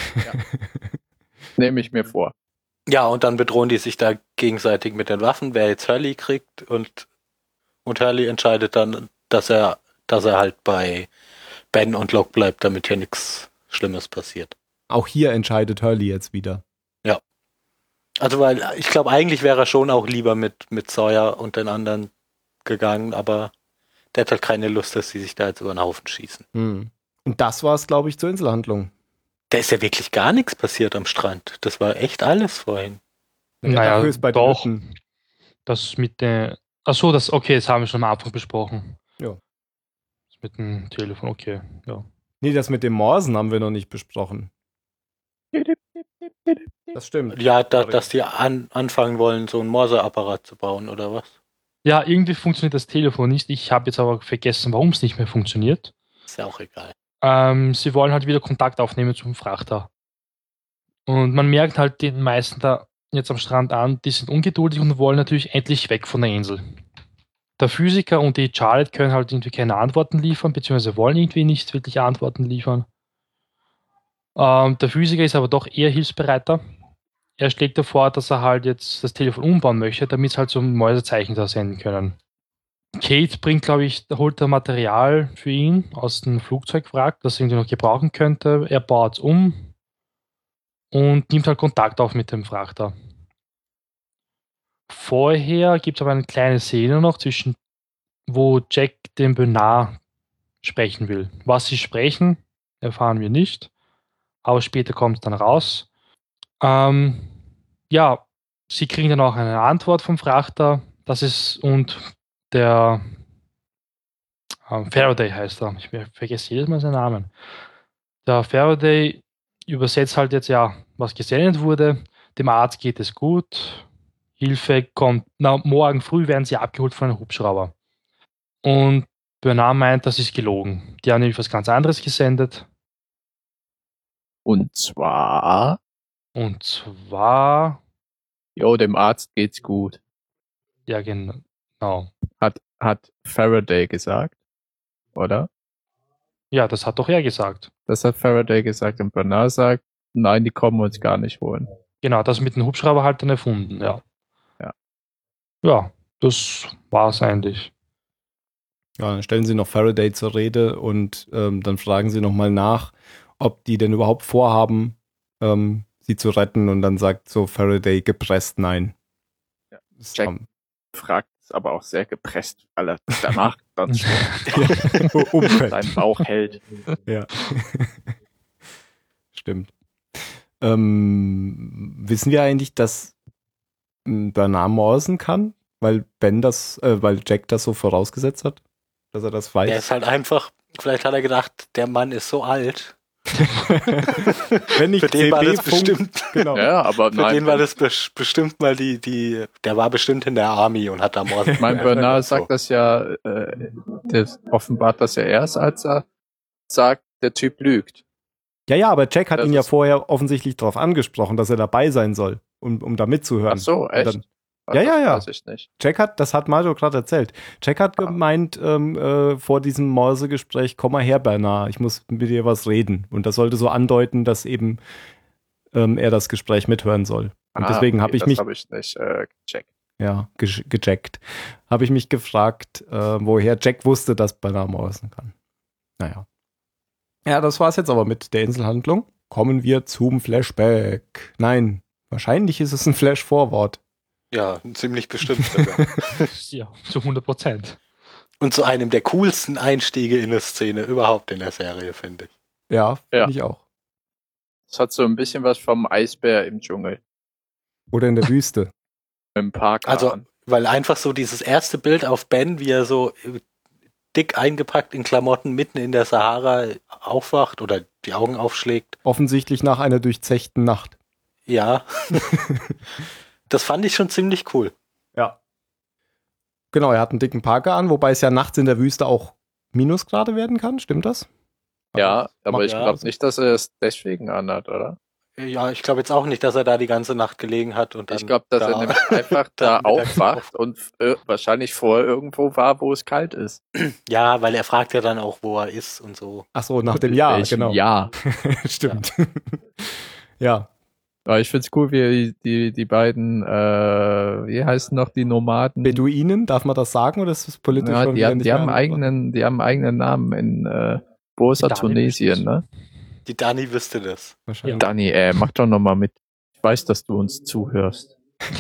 Nehme ich mir vor. Ja, und dann bedrohen die sich da gegenseitig mit den Waffen, wer jetzt Hurley kriegt und Hurley entscheidet dann, dass er halt bei Ben und Locke bleibt, damit hier nichts Schlimmes passiert. Auch hier entscheidet Hurley jetzt wieder. Also, weil ich glaube, eigentlich wäre er schon auch lieber mit Sawyer und den anderen gegangen, aber der hat halt keine Lust, dass sie sich da jetzt über den Haufen schießen. Und das war es, glaube ich, zur Inselhandlung. Da ist ja wirklich gar nichts passiert am Strand. Das war echt alles vorhin. Naja, dafür ist bei den doch. Hütten. Das mit der. Achso, das haben wir schon am Anfang besprochen. Ja. Das mit dem Telefon, okay. Ja. Nee, das mit dem Morsen haben wir noch nicht besprochen. Das stimmt. Ja, dass die anfangen wollen, so einen Morseapparat zu bauen, oder was? Ja, irgendwie funktioniert das Telefon nicht. Ich habe jetzt aber vergessen, warum es nicht mehr funktioniert. Ist ja auch egal. Sie wollen halt wieder Kontakt aufnehmen zum Frachter. Und man merkt halt den meisten da jetzt am Strand an, die sind ungeduldig und wollen natürlich endlich weg von der Insel. Der Physiker und die Charlotte können halt irgendwie keine Antworten liefern, beziehungsweise wollen irgendwie nicht wirklich Antworten liefern. Der Physiker ist aber doch eher hilfsbereiter. Er schlägt davor, dass er halt jetzt das Telefon umbauen möchte, damit sie halt so ein Mäusezeichen da senden können. Kate holt da Material für ihn aus dem Flugzeugwrack, das er irgendwie noch gebrauchen könnte. Er baut es um und nimmt halt Kontakt auf mit dem Frachter. Vorher gibt es aber eine kleine Szene noch, wo Jack den Bernard sprechen will. Was sie sprechen, erfahren wir nicht, aber später kommt es dann raus. Ja, sie kriegen dann auch eine Antwort vom Frachter, und der Faraday heißt er. Ich vergesse jedes Mal seinen Namen. Der Faraday übersetzt halt jetzt was gesendet wurde. Dem Arzt geht es gut. Hilfe kommt. Morgen früh werden sie abgeholt von einem Hubschrauber. Und Bernard meint, das ist gelogen. Die haben nämlich was ganz anderes gesendet. Und zwar, dem Arzt geht's gut. Ja, genau. Hat Faraday gesagt, oder? Ja, das hat doch er gesagt. Das hat Faraday gesagt und Bernard sagt, nein, die kommen uns gar nicht holen. Genau, das mit dem Hubschrauber halt dann erfunden, ja. Ja, das war's eigentlich. Ja, dann stellen sie noch Faraday zur Rede und dann fragen sie nochmal nach, ob die denn überhaupt vorhaben, sie zu retten, und dann sagt so Faraday gepresst nein. Ja. Jack fragt es aber auch sehr gepresst, weil er danach dann seinen Bauch hält. Ja. Stimmt. Wissen wir eigentlich, dass Bernard morsen kann? Weil weil Jack das so vorausgesetzt hat, dass er das weiß. Er ist halt einfach, vielleicht hat er gedacht, der Mann ist so alt. Wenn nicht für den war das bestimmt. Genau. Ja, aber für den war das bestimmt mal der war bestimmt in der Army und hat da morgen. Mein Bernard sagt das ja, der offenbart das ja erst, als er sagt, der Typ lügt. Ja, aber Jack hat ihn ja vorher offensichtlich darauf angesprochen, dass er dabei sein soll, um da mitzuhören. Ach so, echt? Ja. Weiß ich nicht. Das hat Mario gerade erzählt. Jack hat gemeint, vor diesem Morsegespräch, komm mal her, Bernard, ich muss mit dir was reden. Und das sollte so andeuten, dass eben er das Gespräch mithören soll. Und deswegen habe ich mich... Das habe ich nicht gecheckt. Ja, gecheckt. Habe ich mich gefragt, woher Jack wusste, dass Bernard morsen kann. Naja. Ja, das war's jetzt aber mit der Inselhandlung. Kommen wir zum Flashback. Nein, wahrscheinlich ist es ein Flash-Forward. Ja, ziemlich bestimmt sogar. Ja, zu 100%. Und zu einem der coolsten Einstiege in eine Szene überhaupt in der Serie, finde ich. Ja, finde ich auch. Es hat so ein bisschen was vom Eisbär im Dschungel. Oder in der Wüste. Im Park. Also, weil einfach so dieses erste Bild auf Ben, wie er so dick eingepackt in Klamotten mitten in der Sahara aufwacht oder die Augen aufschlägt. Offensichtlich nach einer durchzechten Nacht. Ja. Das fand ich schon ziemlich cool. Ja. Genau, er hat einen dicken Parker an, wobei es ja nachts in der Wüste auch Minusgrade werden kann, stimmt das? Ja, aber ich glaube nicht, dass er es deswegen anhat, oder? Ja, ich glaube jetzt auch nicht, dass er da die ganze Nacht gelegen hat. Und dann ich glaube, dass er nämlich einfach da aufwacht und wahrscheinlich vorher irgendwo war, wo es kalt ist. Ja, weil er fragt ja dann auch, wo er ist und so. Ach so, nach dem Jahr, genau. Ja. Stimmt. Ja. Aber ich find's cool, wie die beiden, wie heißen noch die Nomaden? Beduinen, darf man das sagen, oder ist das politisch schon die haben einen eigenen Namen in Bursa, Tunesien, ne? Die Dani wüsste das. Wahrscheinlich. Dani, mach doch nochmal mit. Ich weiß, dass du uns zuhörst.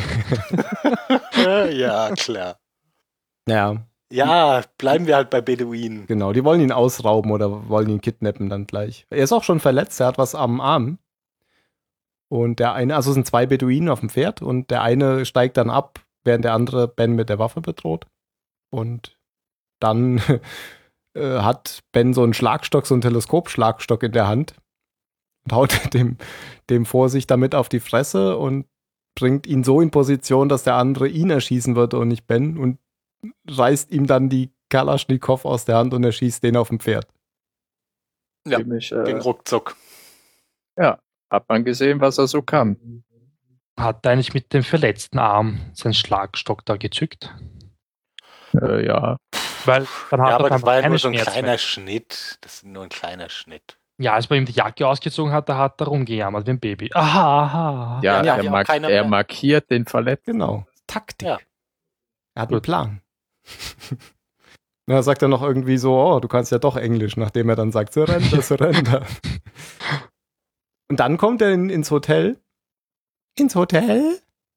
Ja, klar. Ja. Ja, bleiben wir halt bei Beduinen. Genau, die wollen ihn ausrauben oder wollen ihn kidnappen dann gleich. Er ist auch schon verletzt, er hat was am Arm. Und der eine, also es sind 2 Beduinen auf dem Pferd und der eine steigt dann ab, während der andere Ben mit der Waffe bedroht. Und dann hat Ben so einen Schlagstock, so einen Teleskopschlagstock in der Hand und haut dem vor sich damit auf die Fresse und bringt ihn so in Position, dass der andere ihn erschießen würde und nicht Ben und reißt ihm dann die Kalaschnikow aus der Hand und erschießt den auf dem Pferd. Ja, Ziemlich, ging ruckzuck. hat man gesehen, was er so kann. Hat er eigentlich mit dem verletzten Arm seinen Schlagstock da gezückt? Ja. Weil dann hat Ja, er aber dann das war ja keine nur so ein Schmerzen kleiner mehr. Schnitt. Das ist nur ein kleiner Schnitt. Ja, als man ihm die Jacke ausgezogen hat, da hat er rumgejammert wie ein Baby. Aha, aha. Ja, Ja, er, ja, keiner er mehr. markiert den Verletzten. Genau. Taktik. Ja. Er hat einen Gut. Plan. Da sagt er noch irgendwie so, oh, du kannst ja doch Englisch, nachdem er dann sagt, Surrender, Surrender. Und dann kommt er ins Hotel. Ins Hotel?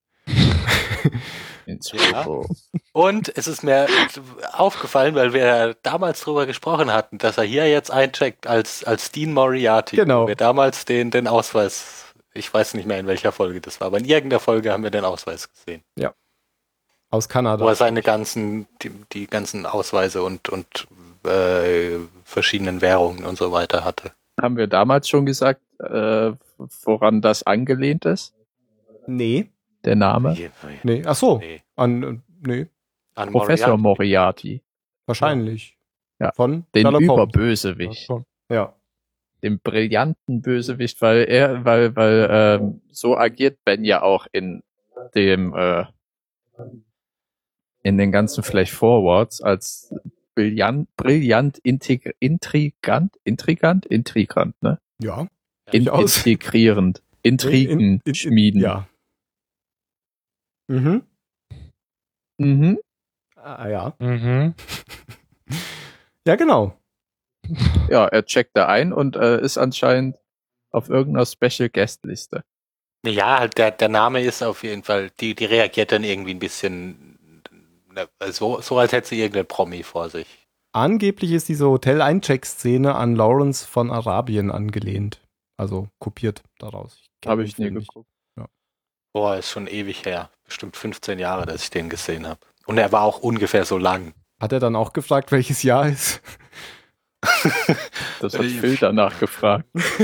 Ins Ja. Hobo. Und es ist mir aufgefallen, weil wir damals drüber gesprochen hatten, dass er hier jetzt eincheckt als Dean Moriarty. Genau. Wo wir damals den Ausweis, ich weiß nicht mehr in welcher Folge das war, aber in irgendeiner Folge haben wir den Ausweis gesehen. Aus Kanada. Wo er seine die ganzen Ausweise und verschiedenen Währungen und so weiter hatte. Haben wir damals schon gesagt, woran das angelehnt ist? Nee. Der Name? Nee. Ach so. Nee. Nee. An Professor Moriarty. Wahrscheinlich. Ja. Von Den Sherlock Holmes. Überbösewicht. Ja. Den brillanten Bösewicht, weil so agiert Ben ja auch in dem in den ganzen Flash Forwards als brillant, intrigant, ne? Ja. Durchaus. Integrierend, Intrigen schmieden. Ja. Mhm. Mhm. Ja. Mhm. Ja, genau. Ja, er checkt da ein und ist anscheinend auf irgendeiner Special Guest Liste. Ja, halt der Name ist auf jeden Fall, die reagiert dann irgendwie ein bisschen so als hätte sie irgendeinen Promi vor sich. Angeblich ist diese Hotel-Eincheck-Szene an Lawrence von Arabien angelehnt. Also kopiert daraus. kenn Habe den ich nie Film nicht. geguckt. Boah, ist schon ewig her. Bestimmt 15 Jahre, dass ich den gesehen habe. Und er war auch ungefähr so lang. Hat er dann auch gefragt, welches Jahr ist? Das hat Phil danach gefragt.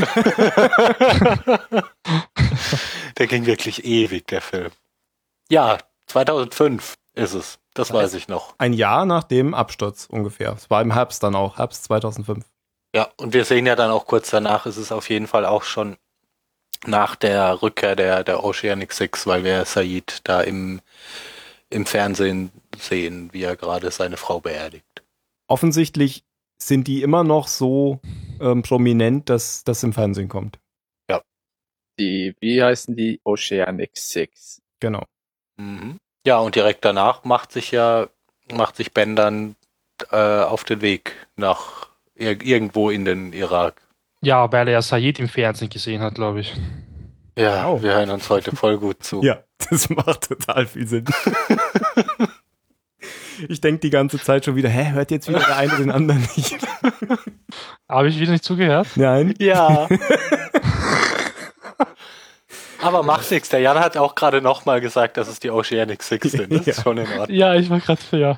Der ging wirklich ewig, der Film. Ja, 2005 ist es. Das weiß ich noch. Ein Jahr nach dem Absturz ungefähr. Es war im Herbst dann auch, Herbst 2005. Ja, und wir sehen ja dann auch kurz danach, ist es auf jeden Fall auch schon nach der Rückkehr der Oceanic Six, weil wir Sayid da im Fernsehen sehen, wie er gerade seine Frau beerdigt. Offensichtlich sind die immer noch so prominent, dass das im Fernsehen kommt. Wie heißen die? Oceanic Six. Genau. Mhm. Ja, und direkt danach macht sich Ben dann auf den Weg nach irgendwo in den Irak. Ja, weil er Sayid im Fernsehen gesehen hat, glaube ich. Ja, Wow. wir hören uns heute voll gut zu. Ja, das macht total viel Sinn. Ich denke die ganze Zeit schon wieder, hört jetzt wieder der eine den anderen nicht? Habe ich wieder nicht zugehört? Nein. Ja. Aber macht nichts. Der Jan hat auch gerade nochmal gesagt, dass es die Oceanic Six sind. Das Ja. ist schon in Ordnung. Ja, ich war gerade für ja.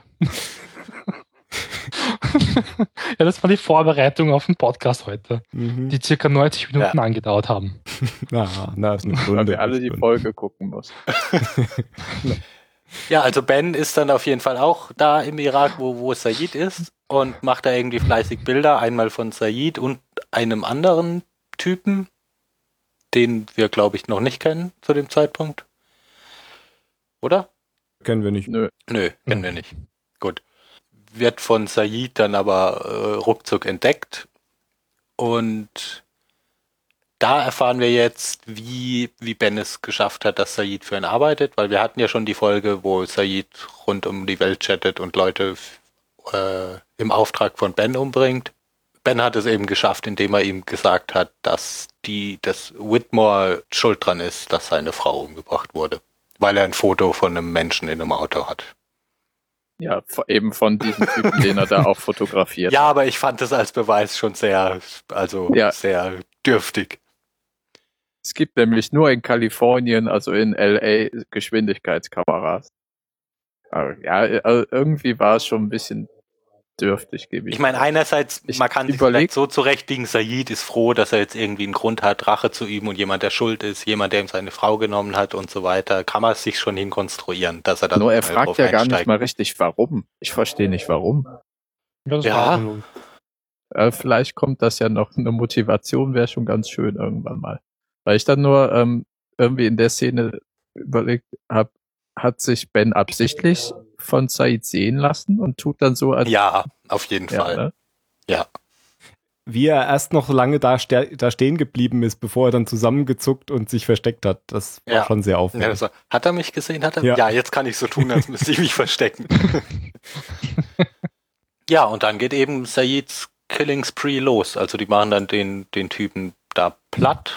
Ja, das war die Vorbereitung auf den Podcast heute, Mhm. die circa 90 Minuten angedauert haben. Na, ist eine Weil Stunde. wir alle die Folge gucken mussten. Ja, also Ben ist dann auf jeden Fall auch da im Irak, wo Sayid ist und macht da irgendwie fleißig Bilder. Einmal von Sayid und einem anderen Typen, den wir, glaube ich, noch nicht kennen zu dem Zeitpunkt. Oder? Kennen wir nicht. Nö. Nö, kennen wir nicht. Gut. Wird von Sayid dann aber ruckzuck entdeckt. Und da erfahren wir jetzt, wie Ben es geschafft hat, dass Sayid für ihn arbeitet, weil wir hatten ja schon die Folge, wo Sayid rund um die Welt chattet und Leute im Auftrag von Ben umbringt. Ben hat es eben geschafft, indem er ihm gesagt hat, dass Whitmore schuld dran ist, dass seine Frau umgebracht wurde, weil er ein Foto von einem Menschen in einem Auto hat. Ja, eben von diesem Typen, den er da auch fotografiert. Ja, aber ich fand es als Beweis schon sehr dürftig. Es gibt nämlich nur in Kalifornien, also in LA, Geschwindigkeitskameras. Aber ja, also irgendwie war es schon ein bisschen dürftig, gebe ich. Ich meine, einerseits, Ich man kann sich überleg- vielleicht so zurechtlegen, Sayid ist froh, dass er jetzt irgendwie einen Grund hat, Rache zu üben und jemand, der schuld ist, jemand, der ihm seine Frau genommen hat und so weiter, kann man es sich schon hinkonstruieren, dass er da Nur so er schnell fragt drauf ja gar nicht einsteigt. mal richtig, warum. Ich verstehe nicht, warum. Ja, das Ja. war unlogisch. Vielleicht kommt das ja noch, eine Motivation wäre schon ganz schön irgendwann mal. Weil ich dann nur irgendwie in der Szene überlegt habe, hat sich Ben absichtlich von Said sehen lassen und tut dann so, als Ja, auf jeden ja, Fall. ne? Wie er erst noch lange da stehen geblieben ist, bevor er dann zusammengezuckt und sich versteckt hat. Das war Ja. schon sehr Ja, auffällig. so, hat er mich gesehen? Hat er? Ja. Ja, jetzt kann ich so tun, als müsste ich mich verstecken. Ja, und dann geht eben Saids Killing Spree los. Also die machen dann den Typen da platt.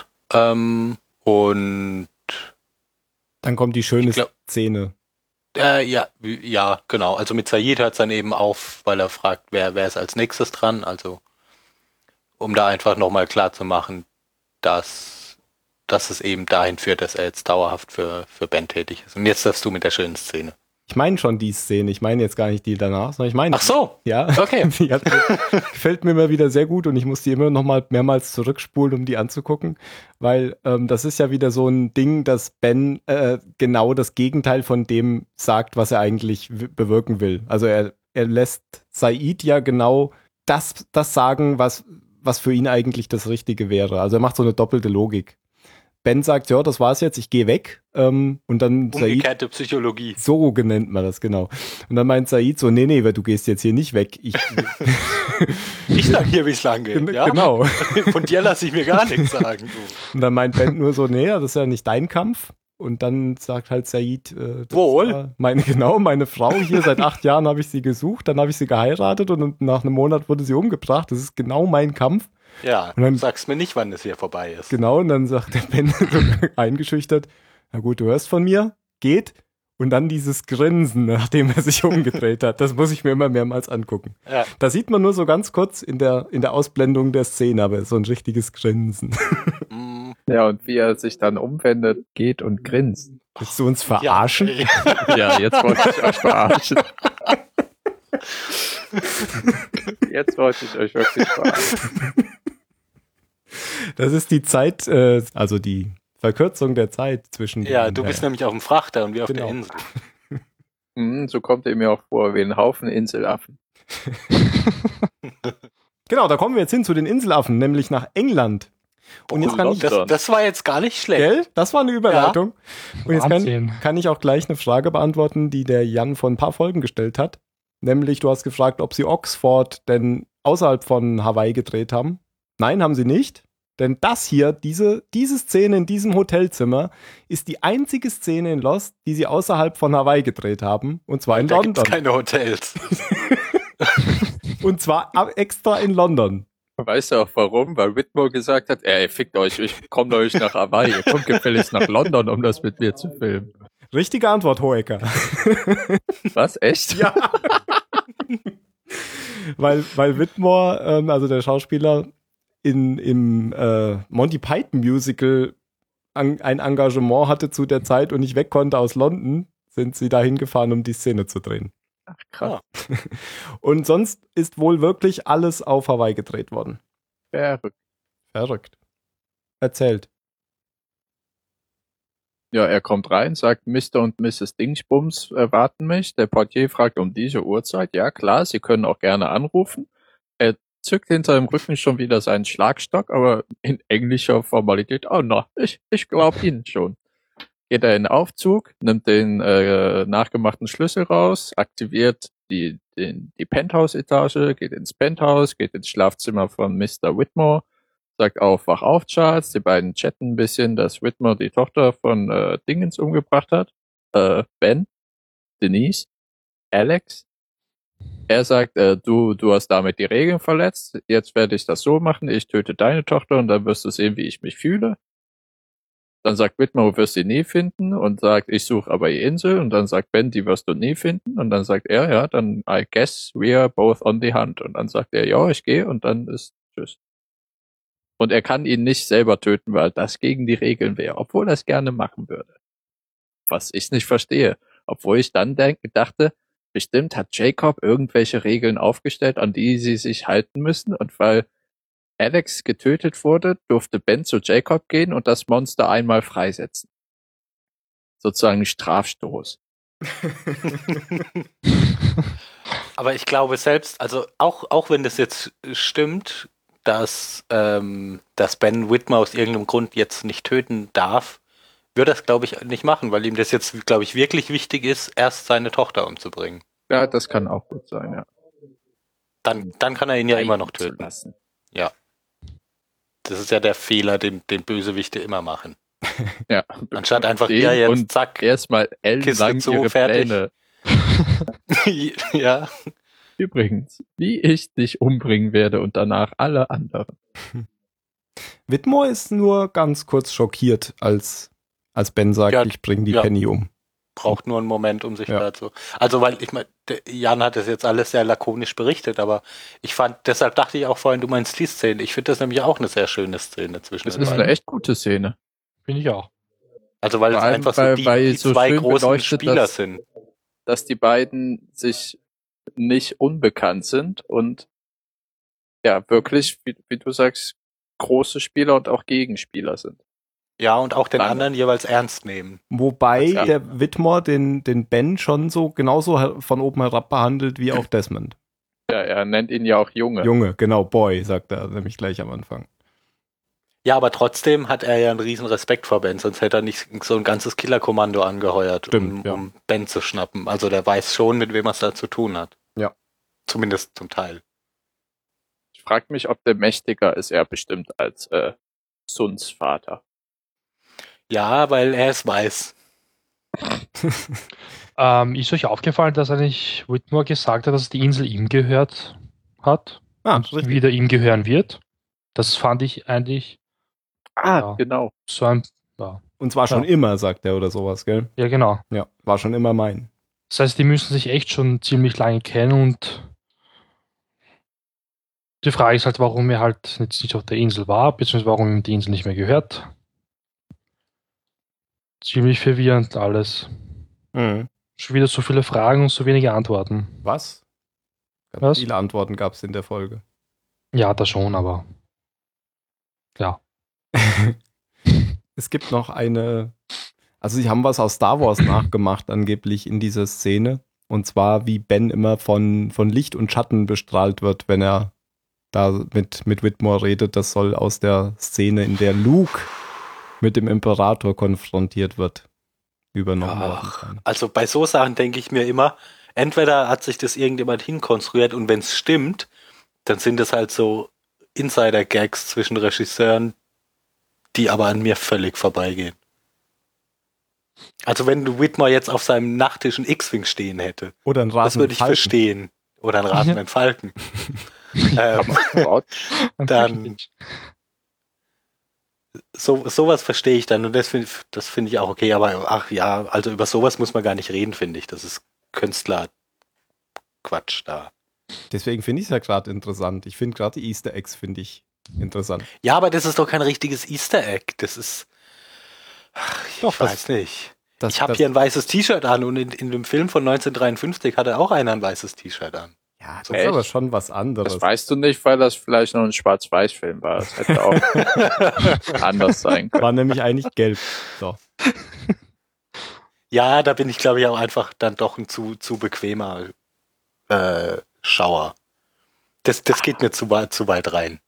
Und Dann kommt die schöne Ich glaub- Szene. ja, genau. Also mit Said hört es dann eben auf, weil er fragt, wer ist als nächstes dran. Also um da einfach nochmal klar zu machen, dass es eben dahin führt, dass er jetzt dauerhaft für Ben tätig ist. Und jetzt darfst du mit der schönen Szene. Ich meine schon die Szene. Ich meine jetzt gar nicht die danach, sondern ich meine. Ach so, Ja. okay. Die gefällt mir immer wieder sehr gut und ich muss die immer noch mal mehrmals zurückspulen, um die anzugucken, weil das ist ja wieder so ein Ding, dass Ben genau das Gegenteil von dem sagt, was er eigentlich bewirken will. Also er lässt Said ja genau das sagen, was für ihn eigentlich das Richtige wäre. Also er macht so eine doppelte Logik. Ben sagt, ja, das war's jetzt, ich gehe weg. Und dann Said, Umgekehrte Psychologie. so nennt man das, genau. Und dann meint Said so, nee, du gehst jetzt hier nicht weg. Ich sag hier, wie es lang geht. Ja? Genau. Von dir lasse ich mir gar nichts sagen. Du. Und dann meint Ben nur so, nee, das ist ja nicht dein Kampf. Und dann sagt halt Said, das Wohl. war meine Frau hier, seit 8 Jahren habe ich sie gesucht, dann habe ich sie geheiratet und nach einem Monat wurde sie umgebracht. Das ist genau mein Kampf. Ja, Und dann- du sagst mir nicht, wann es hier vorbei ist. Genau, und dann sagt der Ben so eingeschüchtert, na gut, du hörst von mir, geht. Und dann dieses Grinsen, nachdem er sich umgedreht hat, das muss ich mir immer mehrmals angucken. Ja. Da sieht man nur so ganz kurz in der Ausblendung der Szene, aber so ein richtiges Grinsen. Mm, Ja, und wie er sich dann umwendet, geht und grinst. Willst du uns verarschen? Ja. Ja, jetzt wollte ich euch verarschen. Jetzt wollte ich euch wirklich verarschen. Das ist die Zeit, also die Verkürzung der Zeit zwischen Ja, den- du bist nämlich auf dem Frachter und wir auf Genau. der Insel. So kommt er mir auch vor wie ein Haufen Inselaffen. Genau, da kommen wir jetzt hin zu den Inselaffen, nämlich nach England. Und jetzt kann ich, Das war jetzt gar nicht schlecht. gell? Das war eine Überleitung. Und jetzt Wahnsinn. kann ich auch gleich eine Frage beantworten, die der Jan vor ein paar Folgen gestellt hat. Nämlich, du hast gefragt, ob sie Oxford denn außerhalb von Hawaii gedreht haben. Nein, haben sie nicht. Denn das hier, diese Szene in diesem Hotelzimmer, ist die einzige Szene in Lost, die sie außerhalb von Hawaii gedreht haben. Und zwar in Da gibt's London. keine Hotels. Und zwar extra in London. Weißt du auch warum? Weil Whitmore gesagt hat, ey, fickt euch, ich komme euch nach Hawaii, ihr kommt gefälligst nach London, um das mit mir zu filmen. Richtige Antwort, Hoeker. Was? Echt? Ja. weil Whitmore, also der Schauspieler, im Monty Python Musical ein Engagement hatte zu der Zeit und nicht weg konnte aus London, sind sie dahin gefahren, um die Szene zu drehen. Ach, krass. Und sonst ist wohl wirklich alles auf Hawaii gedreht worden. Verrückt. Verrückt. Erzählt. Ja, er kommt rein, sagt, Mr. und Mrs. Dingsbums erwarten mich. Der Portier fragt um diese Uhrzeit. Ja, klar, Sie können auch gerne anrufen. Er zückt hinter dem Rücken schon wieder seinen Schlagstock, aber in englischer Formalität. Oh, na, ich glaube Ihnen schon. Geht er in den Aufzug, nimmt den nachgemachten Schlüssel raus, aktiviert die Penthouse-Etage, geht ins Penthouse, geht ins Schlafzimmer von Mr. Whitmore, sagt auf, wach auf, Charles. Die beiden chatten ein bisschen, dass Whitmore die Tochter von Dingens umgebracht hat. Ben, Denise, Alex. Er sagt, du hast damit die Regeln verletzt, jetzt werde ich das so machen, ich töte deine Tochter und dann wirst du sehen, wie ich mich fühle. Dann sagt Whitmore, du wirst sie nie finden und sagt, ich suche aber die Insel und dann sagt Ben, die wirst du nie finden und dann sagt er, ja, dann I guess we are both on the hunt und dann sagt er, ja, ich gehe und dann ist tschüss. Und er kann ihn nicht selber töten, weil das gegen die Regeln wäre, obwohl er es gerne machen würde. Was ich nicht verstehe. Obwohl ich dann dachte, bestimmt hat Jacob irgendwelche Regeln aufgestellt, an die sie sich halten müssen. Und weil Alex getötet wurde, durfte Ben zu Jacob gehen und das Monster einmal freisetzen. Sozusagen ein Strafstoß. Aber ich glaube selbst, also auch wenn das jetzt stimmt, dass Ben Whitmore aus irgendeinem Grund jetzt nicht töten darf, würde das, glaube ich, nicht machen, weil ihm das jetzt, glaube ich, wirklich wichtig ist, erst seine Tochter umzubringen. Ja, das kann auch gut sein, ja. Dann kann er ihn ja immer noch töten. Lassen. Ja. Das ist ja der Fehler, den Bösewichte immer machen. Ja. Anstatt einfach, Den ja, jetzt, und zack, erstmal ellenlang Kiste zu, ihre fertig. Pläne. ja. Übrigens, wie ich dich umbringen werde und danach alle anderen. Whitmore ist nur ganz kurz schockiert, als Ben sagt, Ja, ich bringe die ja. Penny um. Braucht nur einen Moment, um sich Ja. dazu. Also, weil ich meine, Jan hat das jetzt alles sehr lakonisch berichtet, aber deshalb dachte ich auch vorhin, du meinst die Szene. Ich finde das nämlich auch eine sehr schöne Szene zwischen Das den ist beiden. eine echt gute Szene. Finde ich auch. Also, weil Vor es allem, einfach so weil die so zwei schön großen beleuchtet, Spieler dass- sind. Dass die beiden sich nicht unbekannt sind und ja, wirklich, wie du sagst, große Spieler und auch Gegenspieler sind. Ja, und auch den Lange. anderen jeweils ernst nehmen. Wobei Ja. der Whitmore den Ben schon so genauso von oben herab behandelt wie auch Desmond. Ja, er nennt ihn ja auch Junge. Junge, genau, Boy, sagt er nämlich gleich am Anfang. Ja, aber trotzdem hat er ja einen riesen Respekt vor Ben, sonst hätte er nicht so ein ganzes Killerkommando angeheuert, Stimmt, ja. um Ben zu schnappen. Also der weiß schon, mit wem er es da zu tun hat. Ja. Zumindest zum Teil. Ich frage mich, ob der mächtiger ist, er bestimmt als Suns Vater. Ja, weil er es weiß. Ist euch aufgefallen, dass eigentlich Whitmore gesagt hat, dass die Insel ihm gehört hat und richtig. wieder ihm gehören wird? Das fand ich eigentlich Ja. Genau. so ein... Ja, Und zwar schon Ja. immer, sagt er oder sowas, gell? ja genau. Ja, war schon immer mein. Das heißt, die müssen sich echt schon ziemlich lange kennen und die Frage ist halt, warum er halt jetzt nicht auf der Insel war, beziehungsweise warum ihm die Insel nicht mehr gehört. Ziemlich verwirrend alles. Mhm. Schon wieder so viele Fragen und so wenige Antworten. Was? Ganz Was? viele Antworten gab es in der Folge. Ja, das schon, aber ja. Es gibt noch also sie haben was aus Star Wars nachgemacht, angeblich in dieser Szene. Und zwar, wie Ben immer von Licht und Schatten bestrahlt wird, wenn er da mit Whitmore redet. Das soll aus der Szene, in der Luke mit dem Imperator konfrontiert wird, übernommen worden sein. Also bei so Sachen denke ich mir immer, entweder hat sich das irgendjemand hinkonstruiert und wenn es stimmt, dann sind es halt so Insider-Gags zwischen Regisseuren, die aber an mir völlig vorbeigehen. Also wenn du Whitmore jetzt auf seinem Nachttisch einen X-Wing stehen hätte, Oder ein das würde ich Falken. verstehen. Oder einen rasenden Falken. Dann- Sowas verstehe ich dann und das finde ich auch okay, aber ach ja, also über sowas muss man gar nicht reden, finde ich. Das ist Künstler-Quatsch da. Deswegen finde ich es ja gerade interessant. Ich finde gerade die Easter Eggs finde ich interessant. Ja, aber das ist doch kein richtiges Easter Egg. Das ist. Ich Doch, weiß nicht. Das, Ich habe hier ein weißes T-Shirt an und in dem Film von 1953 hatte auch einer ein weißes T-Shirt an. ja, das So ist echt? aber schon was anderes. Das weißt du nicht, weil das vielleicht noch ein Schwarz-Weiß-Film war. Das hätte auch anders sein können. War nämlich eigentlich gelb. So. Ja, da bin ich, glaube ich, auch einfach dann doch ein zu bequemer Schauer. Das geht mir zu weit rein.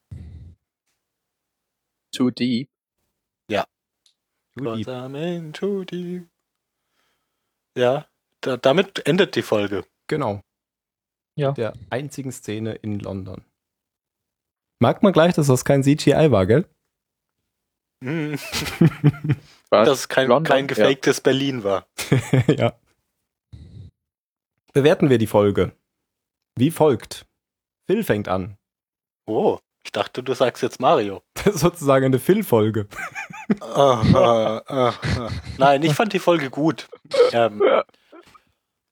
Too deep. Judy. Cause I'm in too deep. Ja, damit endet die Folge. Genau. Ja. Der einzigen Szene in London. Merkt man gleich, dass das kein CGI war, gell? Hm, Was? dass es kein London? gefaktes Berlin war. Ja. Bewerten wir die Folge. Wie folgt. Phil fängt an. Oh, ich dachte, du sagst jetzt Mario. Das ist sozusagen eine Phil-Folge. Nein, ich fand die Folge gut.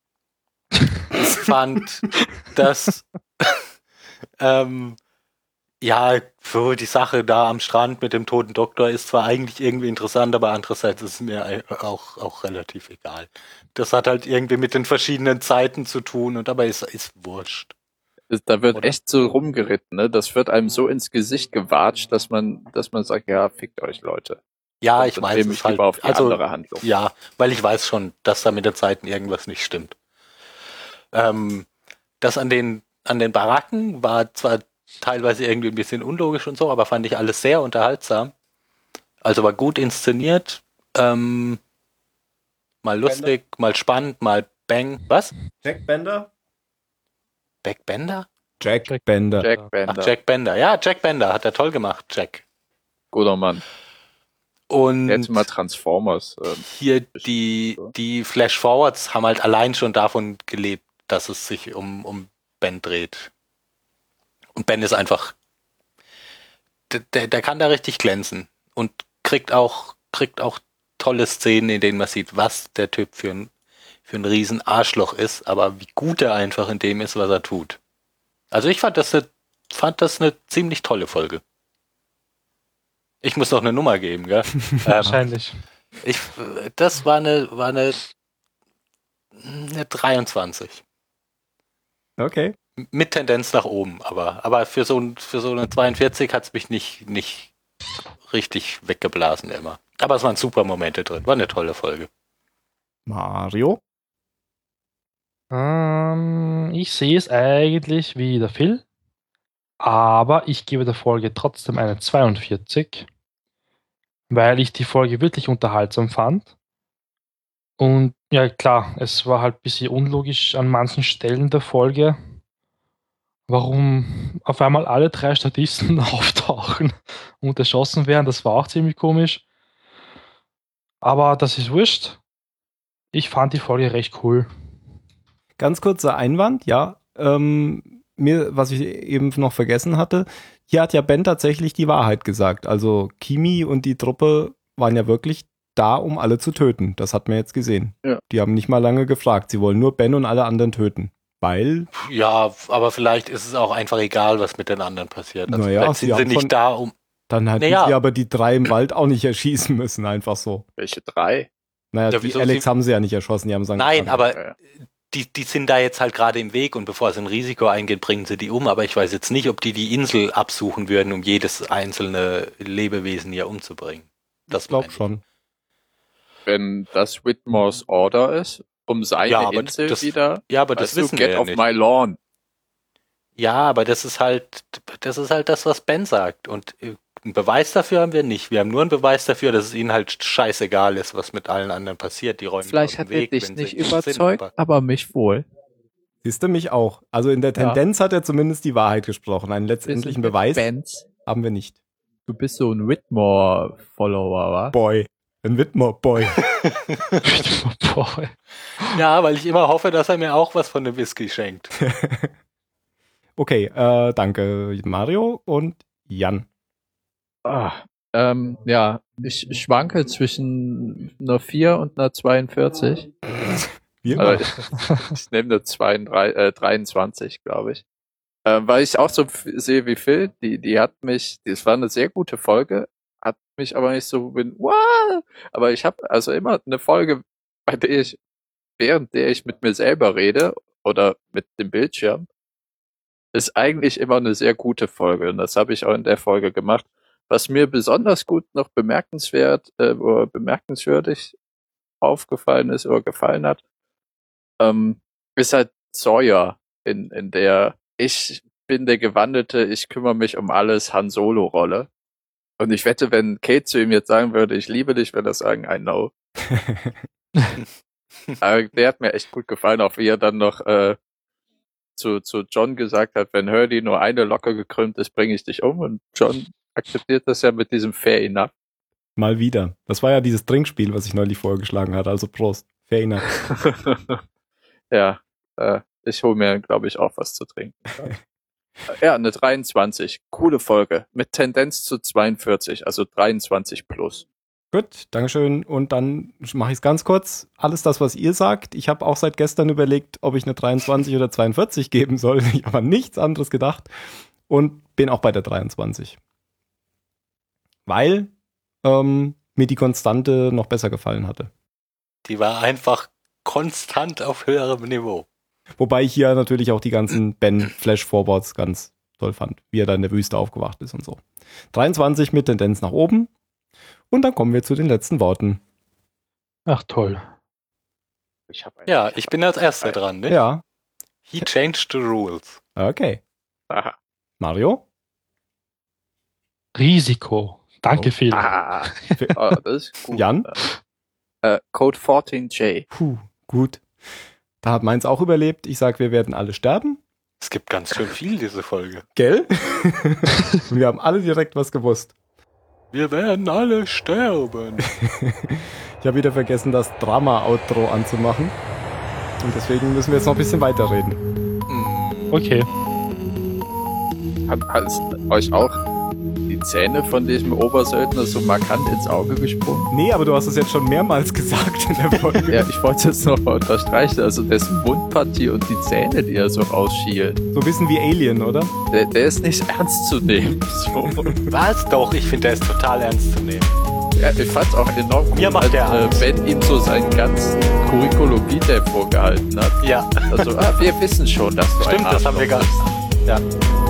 Ich fand, dass Ja, so die Sache da am Strand mit dem toten Doktor ist zwar eigentlich irgendwie interessant, aber andererseits ist es mir auch relativ egal. Das hat halt irgendwie mit den verschiedenen Zeiten zu tun und dabei ist wurscht. Da wird Oder? echt so rumgeritten, ne? Das wird einem so ins Gesicht gewatscht, dass man sagt, ja, fickt euch, Leute. Ja, ich weiß Konzentriere mich es halt. lieber auf die Also, andere Handlung. ja, weil ich weiß schon, dass da mit den Zeiten irgendwas nicht stimmt. Das an den Baracken war zwar teilweise irgendwie ein bisschen unlogisch und so, aber fand ich alles sehr unterhaltsam. Also war gut inszeniert, mal lustig, mal spannend, mal bang. Was? Jack Bender? Jack Bender? Jack Bender. Jack Bender. Ach, Jack Bender. Ja, Jack Bender hat er toll gemacht, Jack. Guter Mann. Und Jetzt mal Transformers. hier die Flash-Forwards haben halt allein schon davon gelebt, dass es sich um Ben dreht. Und Ben ist einfach, der kann da richtig glänzen und kriegt auch tolle Szenen, in denen man sieht, was der Typ für ein riesen Arschloch ist, aber wie gut er einfach in dem ist, was er tut. Also ich fand das eine ziemlich tolle Folge. Ich muss noch eine Nummer geben, gell? Wahrscheinlich. Das war eine 23. Okay. Mit Tendenz nach oben, aber für so eine 42 hat es mich nicht richtig weggeblasen immer. Aber es waren super Momente drin. War eine tolle Folge. Mario? Ich sehe es eigentlich wie der Phil, aber ich gebe der Folge trotzdem eine 42, weil ich die Folge wirklich unterhaltsam fand. Und ja, klar, es war halt ein bisschen unlogisch an manchen Stellen der Folge, warum auf einmal alle 3 Statisten auftauchen und erschossen werden. Das war auch ziemlich komisch. Aber das ist wurscht. Ich fand die Folge recht cool. Ganz kurzer Einwand, ja. Was ich eben noch vergessen hatte, hier hat ja Ben tatsächlich die Wahrheit gesagt. Also Kimi und die Truppe waren ja wirklich da, um alle zu töten. Das hat man jetzt gesehen. Ja. Die haben nicht mal lange gefragt. Sie wollen nur Ben und alle anderen töten. Weil, Ja, aber vielleicht ist es auch einfach egal, was mit den anderen passiert. Also Naja, vielleicht sie sind sie haben nicht schon- da, um. dann hätten Naja. sie aber die 3 im Wald auch nicht erschießen müssen, einfach so. Welche 3? Naja, Ja, die wieso Alex sie- haben sie ja nicht erschossen, die haben sie Nein, aber Ja. die sind da jetzt halt gerade im Weg und bevor sie ein Risiko eingehen, bringen sie die um. Aber ich weiß jetzt nicht, ob die Insel absuchen würden, um jedes einzelne Lebewesen hier umzubringen. Das Ich glaube meine ich. schon. Wenn das Whitmores Order ist, um seine Ja, aber Insel das- wieder, Ja, aber das weißt du, wissen wir get ja off nicht. my lawn. Ja, aber das ist halt das, was Ben sagt. Und einen Beweis dafür haben wir nicht. Wir haben nur einen Beweis dafür, dass es ihnen halt scheißegal ist, was mit allen anderen passiert. Die räumen Vielleicht aus hat dem er Weg, dich wenn nicht sie sind, überzeugt, aber- aber mich wohl. Siehst du mich auch. Also in der Ja. Tendenz hat er zumindest die Wahrheit gesprochen. Einen letztendlichen Beweis Benz. haben wir nicht. Du bist so ein Whitmore-Follower, wa? Boy. Ein Whitmore-Boy. Boah. Ja, weil ich immer hoffe, dass er mir auch was von dem Whisky schenkt. Okay, danke Mario und Jan. Ja, ich schwanke zwischen einer 4 und einer 42. Wie immer. Also ich nehme eine 23, glaube ich. Weil ich auch so sehe wie Phil, die hat mich, das war eine sehr gute Folge, hat mich aber nicht so, wow! Aber ich habe also immer eine Folge, bei der ich, während der ich mit mir selber rede oder mit dem Bildschirm, ist eigentlich immer eine sehr gute Folge. Und das habe ich auch in der Folge gemacht. Was mir besonders gut noch oder bemerkenswürdig aufgefallen ist oder gefallen hat, ist halt Sawyer, in der ich bin der Gewandelte, ich kümmere mich um alles Han Solo-Rolle. Und ich wette, wenn Kate zu ihm jetzt sagen würde, ich liebe dich, würde er sagen, I know. Aber der hat mir echt gut gefallen, auch wie er dann noch zu John gesagt hat, wenn Hurley nur eine Locke gekrümmt ist, bringe ich dich um. Und John akzeptiert das ja mit diesem Fair enough. Mal wieder. Das war ja dieses Trinkspiel, was ich neulich vorgeschlagen hatte. Also Prost. Fair enough. Ja, ich hole mir, glaube ich, auch was zu trinken. Ja, eine 23. Coole Folge. Mit Tendenz zu 42, also 23 plus. Gut, Dankeschön. Und dann mache ich es ganz kurz. Alles das, was ihr sagt. Ich habe auch seit gestern überlegt, ob ich eine 23 oder 42 geben soll. Ich habe an nichts anderes gedacht. und bin auch bei der 23. Weil mir die Konstante noch besser gefallen hatte. Die war einfach konstant auf höherem Niveau. Wobei ich hier natürlich auch die ganzen Ben-Flash-Forwards ganz toll fand, wie er da in der Wüste aufgewacht ist und so. 23 mit Tendenz nach oben. Und dann kommen wir zu den letzten Worten. Ach toll. Ich bin als Erster dran, ne? Ja, He changed the rules. okay. Aha. Mario? Risiko. Danke, Oh. Phil. Oh, das ist gut. Jan? Code 14J. Puh, gut. Da hat meins auch überlebt. Ich sag, wir werden alle sterben. Es gibt ganz schön viel, diese Folge. Gell? Und wir haben alle direkt was gewusst. Wir werden alle sterben. Ich habe wieder vergessen, das Drama-Outro anzumachen. Und deswegen müssen wir jetzt noch ein bisschen weiterreden. Okay. Hat euch auch die Zähne von diesem Obersöldner so markant ins Auge gesprungen? Nee, aber du hast es jetzt schon mehrmals gesagt in der Folge. Ja, ich wollte es noch mal unterstreichen. Also dessen Mundpartie und die Zähne, die er so rausschielt, So ein bisschen wie Alien, oder? der ist nicht ernst zu nehmen. So. Was doch? Ich finde, der ist total ernst zu nehmen. Ja, ich fand's auch enorm Mir cool, macht der Angst. Ben ihm so seinen ganzen Curriculum vitae vorgehalten hat. Ja, Also, wir wissen schon, dass du stimmt, ein das haben wir Arschloch gar nicht. Ja.